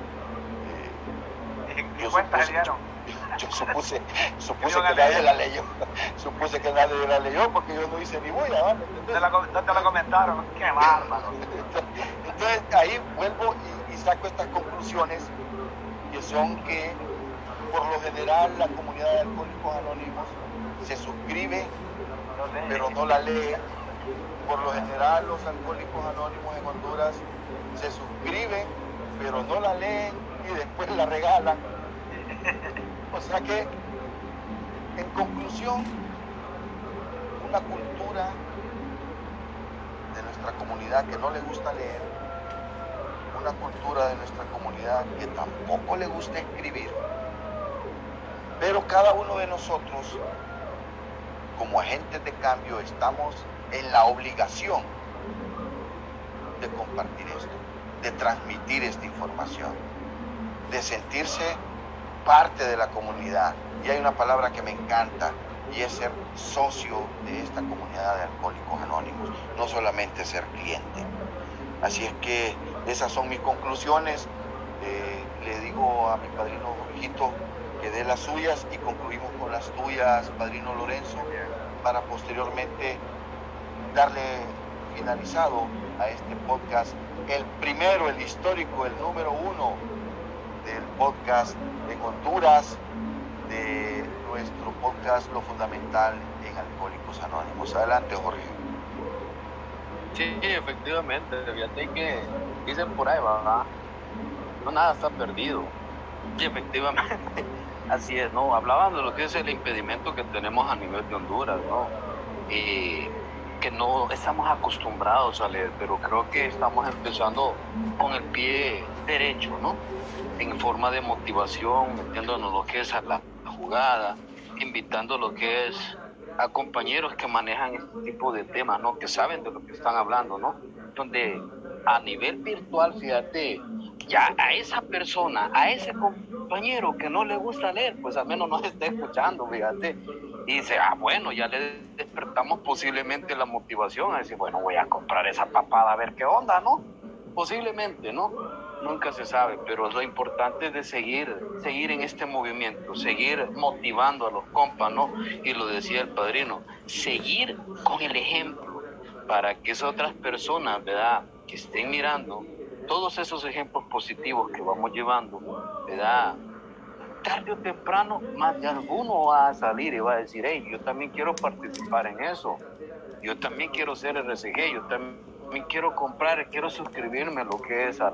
yo supuse que nadie la leyó. Supuse que nadie la leyó porque yo no hice ni bulla, ¿vale? No te lo comentaron, qué bárbaro. Entonces ahí vuelvo y saco estas conclusiones, que son que por lo general la comunidad de Alcohólicos Anónimos se suscribe pero no la lee. Por lo general los Alcohólicos Anónimos en Honduras se suscriben pero no la leen y después la regalan. O sea que, en conclusión, una cultura de nuestra comunidad que no le gusta leer, una cultura de nuestra comunidad que tampoco le gusta escribir, pero cada uno de nosotros, como agentes de cambio, estamos en la obligación de compartir esto, de transmitir esta información, de sentirse parte de la comunidad. Y hay una palabra que me encanta, y es ser socio de esta comunidad de Alcohólicos Anónimos, no solamente ser cliente. Así es que esas son mis conclusiones. Le digo a mi padrino Jorgito que dé las suyas y concluimos con las tuyas, padrino Lorenzo, para posteriormente darle finalizado a este podcast, el primero, el histórico, el número 1 del podcast en Honduras, de nuestro podcast Lo Fundamental en Alcohólicos Anónimos. Adelante, Jorge. Sí, efectivamente, fíjate que dicen por ahí, ¿verdad? No, nada está perdido. Y efectivamente, así es, ¿no? Hablaban de lo que es el impedimento que tenemos a nivel de Honduras, ¿no? Que no estamos acostumbrados a leer, pero creo que estamos empezando con el pie derecho, ¿no? En forma de motivación, metiéndonos lo que es a la jugada, invitando lo que es a compañeros que manejan este tipo de temas, ¿no? Que saben de lo que están hablando, ¿no? Donde a nivel virtual, fíjate, ya a esa persona, a ese compañero que no le gusta leer, pues al menos nos está escuchando, fíjate, y dice, bueno, ya le despertamos posiblemente la motivación a decir, bueno, voy a comprar esa papada a ver qué onda, ¿no? Posiblemente, ¿no? Nunca se sabe, pero lo importante es de seguir en este movimiento, seguir motivando a los compas, ¿no? Y lo decía el padrino, seguir con el ejemplo para que esas otras personas, ¿verdad?, que estén mirando todos esos ejemplos positivos que vamos llevando, ¿verdad?, tarde o temprano más de alguno va a salir y va a decir, hey, yo también quiero participar en eso, yo también quiero ser RCG, yo también quiero comprar, quiero suscribirme a lo que es a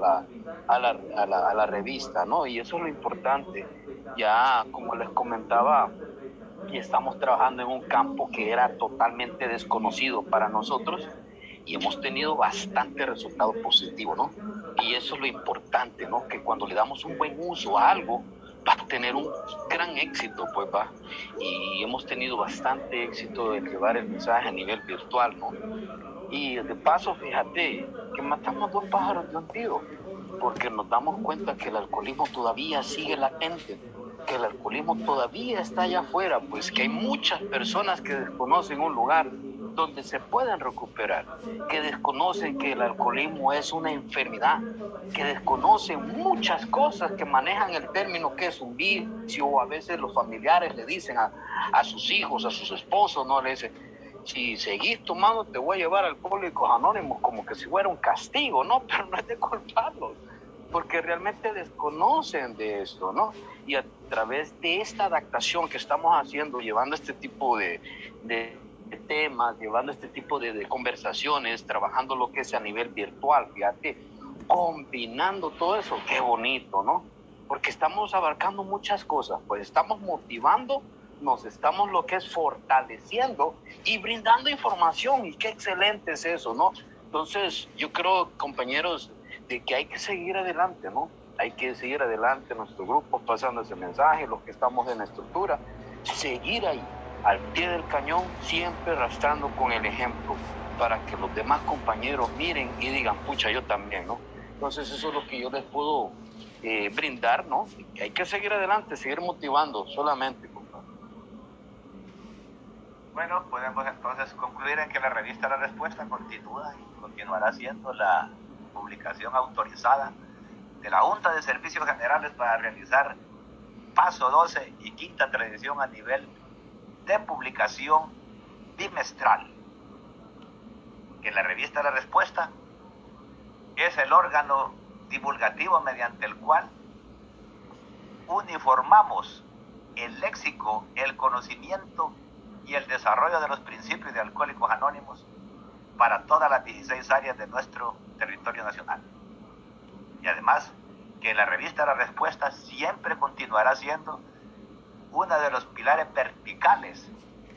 la revista, ¿no? Y eso es lo importante. Ya, como les comentaba, y estamos trabajando en un campo que era totalmente desconocido para nosotros y hemos tenido bastante resultados positivos, ¿no? Y eso es lo importante, ¿no? Que cuando le damos un buen uso a algo, va a tener un gran éxito, pues va. Y hemos tenido bastante éxito de llevar el mensaje a nivel virtual, ¿no? Y de paso, fíjate, que matamos 2 pájaros de un tiro, porque nos damos cuenta que el alcoholismo todavía sigue latente, que el alcoholismo todavía está allá afuera, pues que hay muchas personas que desconocen un lugar donde se pueden recuperar, que desconocen que el alcoholismo es una enfermedad, que desconocen muchas cosas, que manejan el término que es un vicio, o a veces los familiares le dicen a sus hijos, a sus esposos, ¿no? Le dicen, si seguís tomando te voy a llevar a Alcohólicos Anónimos, como que si fuera un castigo, ¿no? Pero no es de culparlos, porque realmente desconocen de esto, ¿no? Y a través de esta adaptación que estamos haciendo, llevando este tipo de temas, llevando este tipo de conversaciones, trabajando lo que es a nivel virtual, fíjate, combinando todo eso, qué bonito, ¿no? Porque estamos abarcando muchas cosas, pues estamos motivando nos estamos lo que es fortaleciendo y brindando información, y qué excelente es eso, ¿no? Entonces, yo creo, compañeros, de que hay que seguir adelante, ¿no? Hay que seguir adelante nuestro grupo, pasando ese mensaje, los que estamos en la estructura, seguir ahí, al pie del cañón, siempre arrastrando con el ejemplo, para que los demás compañeros miren y digan, pucha, yo también, ¿no? Entonces, eso es lo que yo les puedo brindar, ¿no? Que hay que seguir adelante, seguir motivando solamente. Bueno, podemos entonces concluir en que la revista La Respuesta continúa y continuará siendo la publicación autorizada de la Junta de Servicios Generales para realizar paso 12 y quinta tradición a nivel de publicación bimestral. Que la revista La Respuesta es el órgano divulgativo mediante el cual uniformamos el léxico, el conocimiento y el desarrollo de los principios de Alcohólicos Anónimos para todas las 16 áreas de nuestro territorio nacional. Y además, que la revista La Respuesta siempre continuará siendo uno de los pilares verticales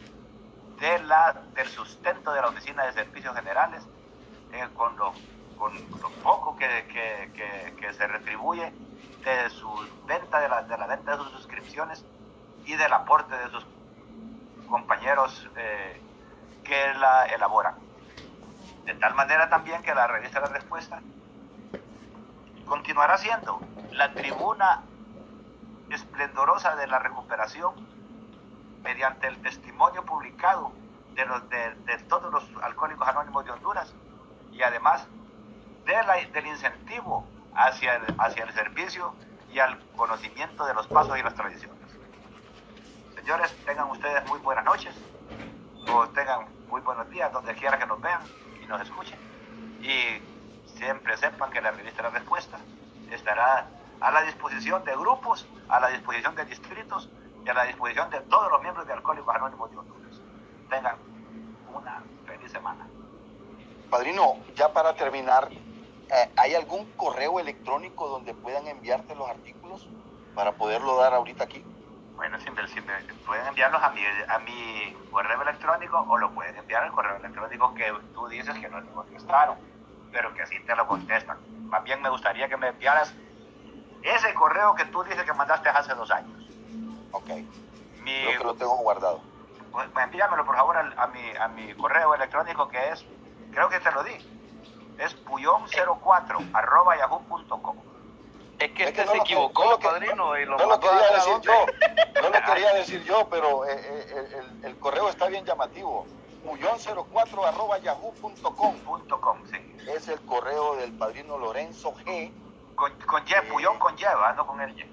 del sustento de la Oficina de Servicios Generales, con lo poco que se retribuye de su venta, de la venta de sus suscripciones y del aporte de sus compañeros que la elaboran. De tal manera también que la revista La Respuesta continuará siendo la tribuna esplendorosa de la recuperación mediante el testimonio publicado de todos los Alcohólicos Anónimos de Honduras, y además del incentivo hacia el servicio y al conocimiento de los pasos y las tradiciones. Señores, tengan ustedes muy buenas noches, o tengan muy buenos días donde quiera que nos vean y nos escuchen, y siempre sepan que la revista La Respuesta estará a la disposición de grupos, a la disposición de distritos y a la disposición de todos los miembros de Alcohólicos Anónimos de Honduras. Tengan una feliz semana. Padrino, ya para terminar, ¿hay algún correo electrónico donde puedan enviarte los artículos para poderlo dar ahorita aquí? Bueno, si pueden enviarlos a mi correo electrónico, o lo pueden enviar al correo electrónico que tú dices que no te contestaron, pero que sí te lo contestan. Más bien me gustaría que me enviaras ese correo que tú dices que mandaste hace 2 años. Ok. Creo que lo tengo guardado. Pues envíamelo por favor a mi correo electrónico, que es, creo que te lo di, es puyon04@yahoo.com. Es que este se equivocó, padrino, y lo no lo mandó quería a decir dónde. yo, no lo quería decir yo, pero el correo está bien llamativo. puyon04@yahoo.com. Sí. Es el correo del padrino Lorenzo G. Con Y, Puyón con Y, no con el Y.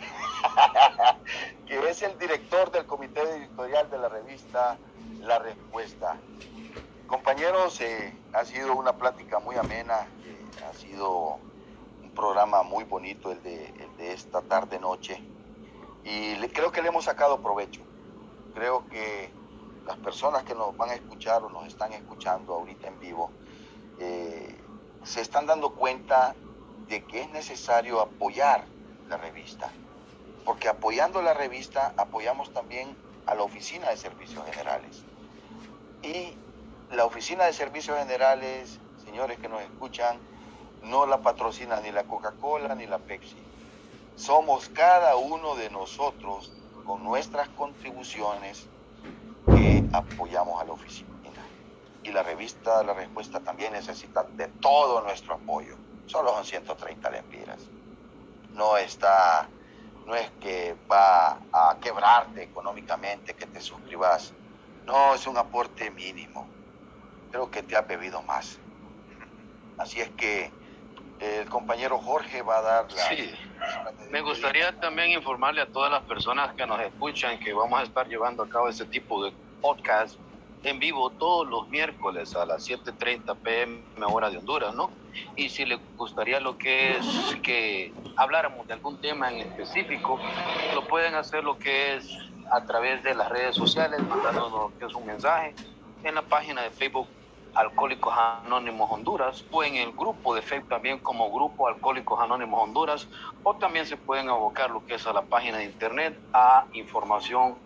Que es el director del comité editorial de la revista La Respuesta. Compañeros, ha sido una plática muy amena, ha sido un programa muy bonito el de esta tarde-noche, y creo que le hemos sacado provecho. Creo que las personas que nos van a escuchar o nos están escuchando ahorita en vivo se están dando cuenta de que es necesario apoyar la revista, porque apoyando la revista apoyamos también a la Oficina de Servicios Generales. Y la Oficina de Servicios Generales, señores que nos escuchan, no la patrocina ni la Coca-Cola ni la Pepsi. Somos cada uno de nosotros con nuestras contribuciones que apoyamos a la oficina. Y la revista La Respuesta también necesita de todo nuestro apoyo. Solo son 130 lempiras. No es que va a quebrarte económicamente que te suscribas. No, es un aporte mínimo. Creo que te has bebido más. Así es que el compañero Jorge va a dar la... Sí, me gustaría también informarle a todas las personas que nos escuchan que vamos a estar llevando a cabo este tipo de podcast en vivo todos los miércoles a las 7:30 p.m. hora de Honduras, ¿no? Y si les gustaría lo que es que habláramos de algún tema en específico, lo pueden hacer lo que es a través de las redes sociales, mandándonos lo que es un mensaje en la página de Facebook Alcohólicos Anónimos Honduras, o en el grupo de Facebook también como Grupo Alcohólicos Anónimos Honduras, o también se pueden abocar lo que es a la página de internet a información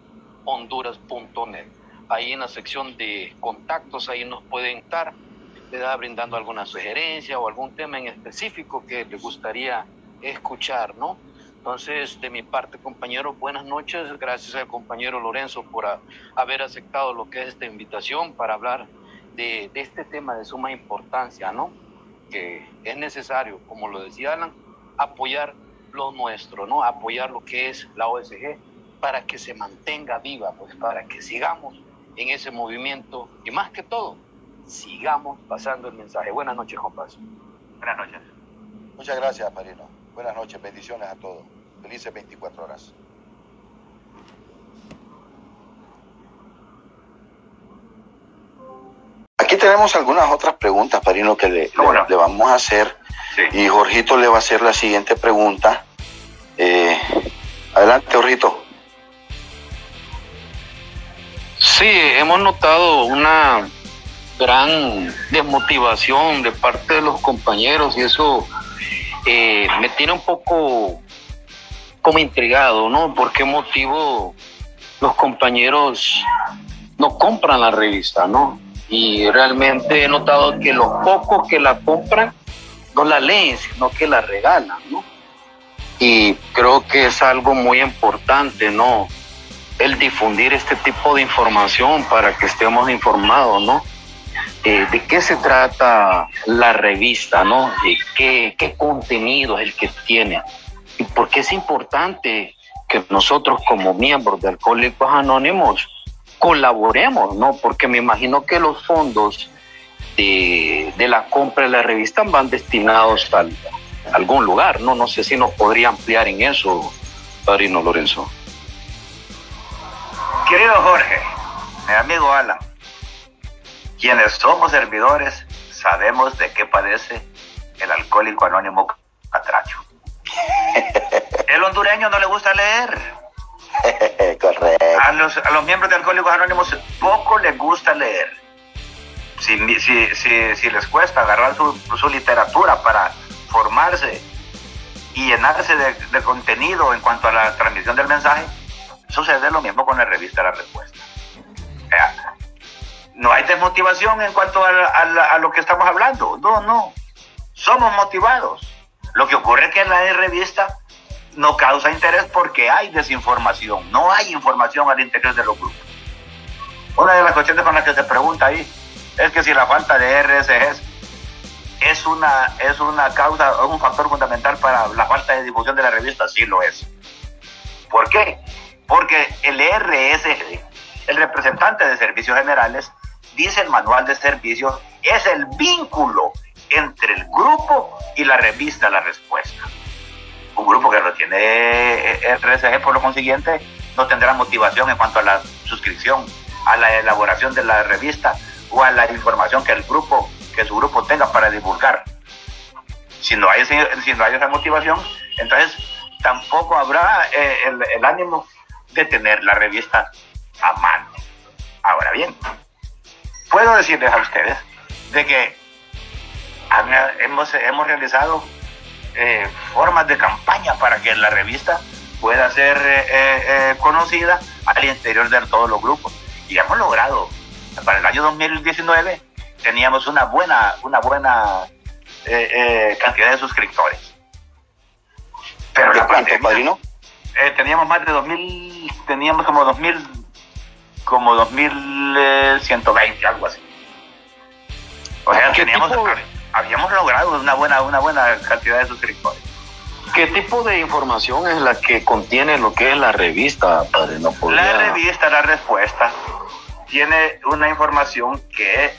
honduras.net. Ahí en la sección de contactos, ahí nos pueden estar brindando alguna sugerencia o algún tema en específico que les gustaría escuchar, ¿no? Entonces, de mi parte, compañeros, buenas noches. Gracias al compañero Lorenzo por haber aceptado lo que es esta invitación para hablar de este tema de suma importancia, ¿no? Que es necesario, como lo decía Alan, apoyar lo nuestro, ¿no? Apoyar lo que es la OSG para que se mantenga viva, pues para que sigamos en ese movimiento y más que todo, sigamos pasando el mensaje. Buenas noches, compas. Buenas noches. Muchas gracias, Marino. Buenas noches, bendiciones a todos. Felices 24 horas. Aquí tenemos algunas otras preguntas, Marino, que le vamos a hacer. Sí. Y Jorgito le va a hacer la siguiente pregunta. Adelante, Jorgito. Sí, hemos notado una gran desmotivación de parte de los compañeros y eso me tiene un poco como intrigado, ¿no? ¿Por qué motivo los compañeros no compran la revista, ¿no? Y realmente he notado que los pocos que la compran no la leen, sino que la regalan, ¿no? Y creo que es algo muy importante, ¿no? El difundir este tipo de información para que estemos informados, ¿no? De qué se trata la revista, ¿no? De qué contenido es el que tiene. Y por qué es importante que nosotros como miembros de Alcohólicos Anónimos colaboremos, ¿no? Porque me imagino que los fondos de la compra de la revista van destinados a algún lugar, ¿no? No sé si nos podría ampliar en eso, padrino Lorenzo. Querido Jorge, mi amigo Alan, quienes somos servidores sabemos de qué padece el alcohólico anónimo Catracho. El hondureño no le gusta leer. Correcto. A los miembros de Alcohólicos Anónimos poco les gusta leer. Si les cuesta agarrar su literatura para formarse y llenarse de contenido en cuanto a la transmisión del mensaje, sucede lo mismo con la revista La Respuesta. No hay desmotivación en cuanto a lo que estamos hablando. No. Somos motivados. Lo que ocurre es que la revista no causa interés porque hay desinformación. No hay información al interior de los grupos. Una de las cuestiones con las que se pregunta ahí es que si la falta de RSGs es una causa o un factor fundamental para la falta de difusión de la revista. Sí lo es. ¿Por qué? Porque el RSG, el representante de servicios generales, dice el manual de servicios, es el vínculo entre el grupo y la revista La Respuesta. Un grupo que no tiene RSG, por lo consiguiente, no tendrá motivación en cuanto a la suscripción, a la elaboración de la revista o a la información que su grupo tenga para divulgar. Si no hay esa motivación, entonces tampoco habrá el ánimo de tener la revista a mano. Ahora bien, puedo decirles a ustedes de que hemos realizado formas de campaña para que la revista pueda ser conocida al interior de todos los grupos, y hemos logrado. Para el año 2019 teníamos una buena cantidad de suscriptores. Pero ¿de cuánto, padrino? Teníamos más de 2000, teníamos como 2120, algo así. O sea, habíamos logrado una buena cantidad de suscriptores. ¿Qué tipo de información es la que contiene lo que es la revista, padre? La revista La Respuesta tiene una información que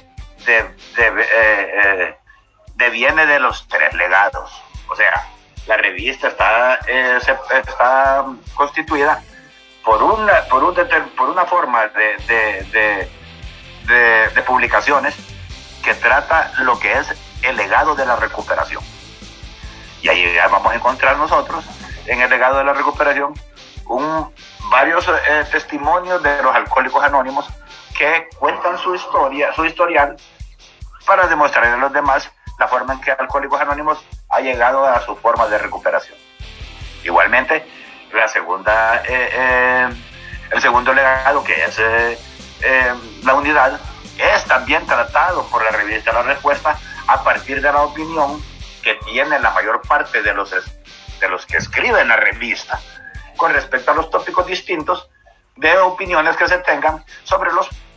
deviene de los 3 legados. O sea, la revista está constituida por una forma de publicaciones que trata lo que es el legado de la recuperación. Y ahí vamos a encontrar nosotros, en el legado de la recuperación, varios testimonios de los alcohólicos anónimos que cuentan su historial, para demostrarle a los demás la forma en que Alcohólicos Anónimos ha llegado a su forma de recuperación. Igualmente, la segunda El segundo legado, que es la unidad, es también tratado por la revista La Respuesta a partir de la opinión que tiene la mayor parte de los que escriben la revista con respecto a los tópicos distintos de opiniones que se tengan sobre los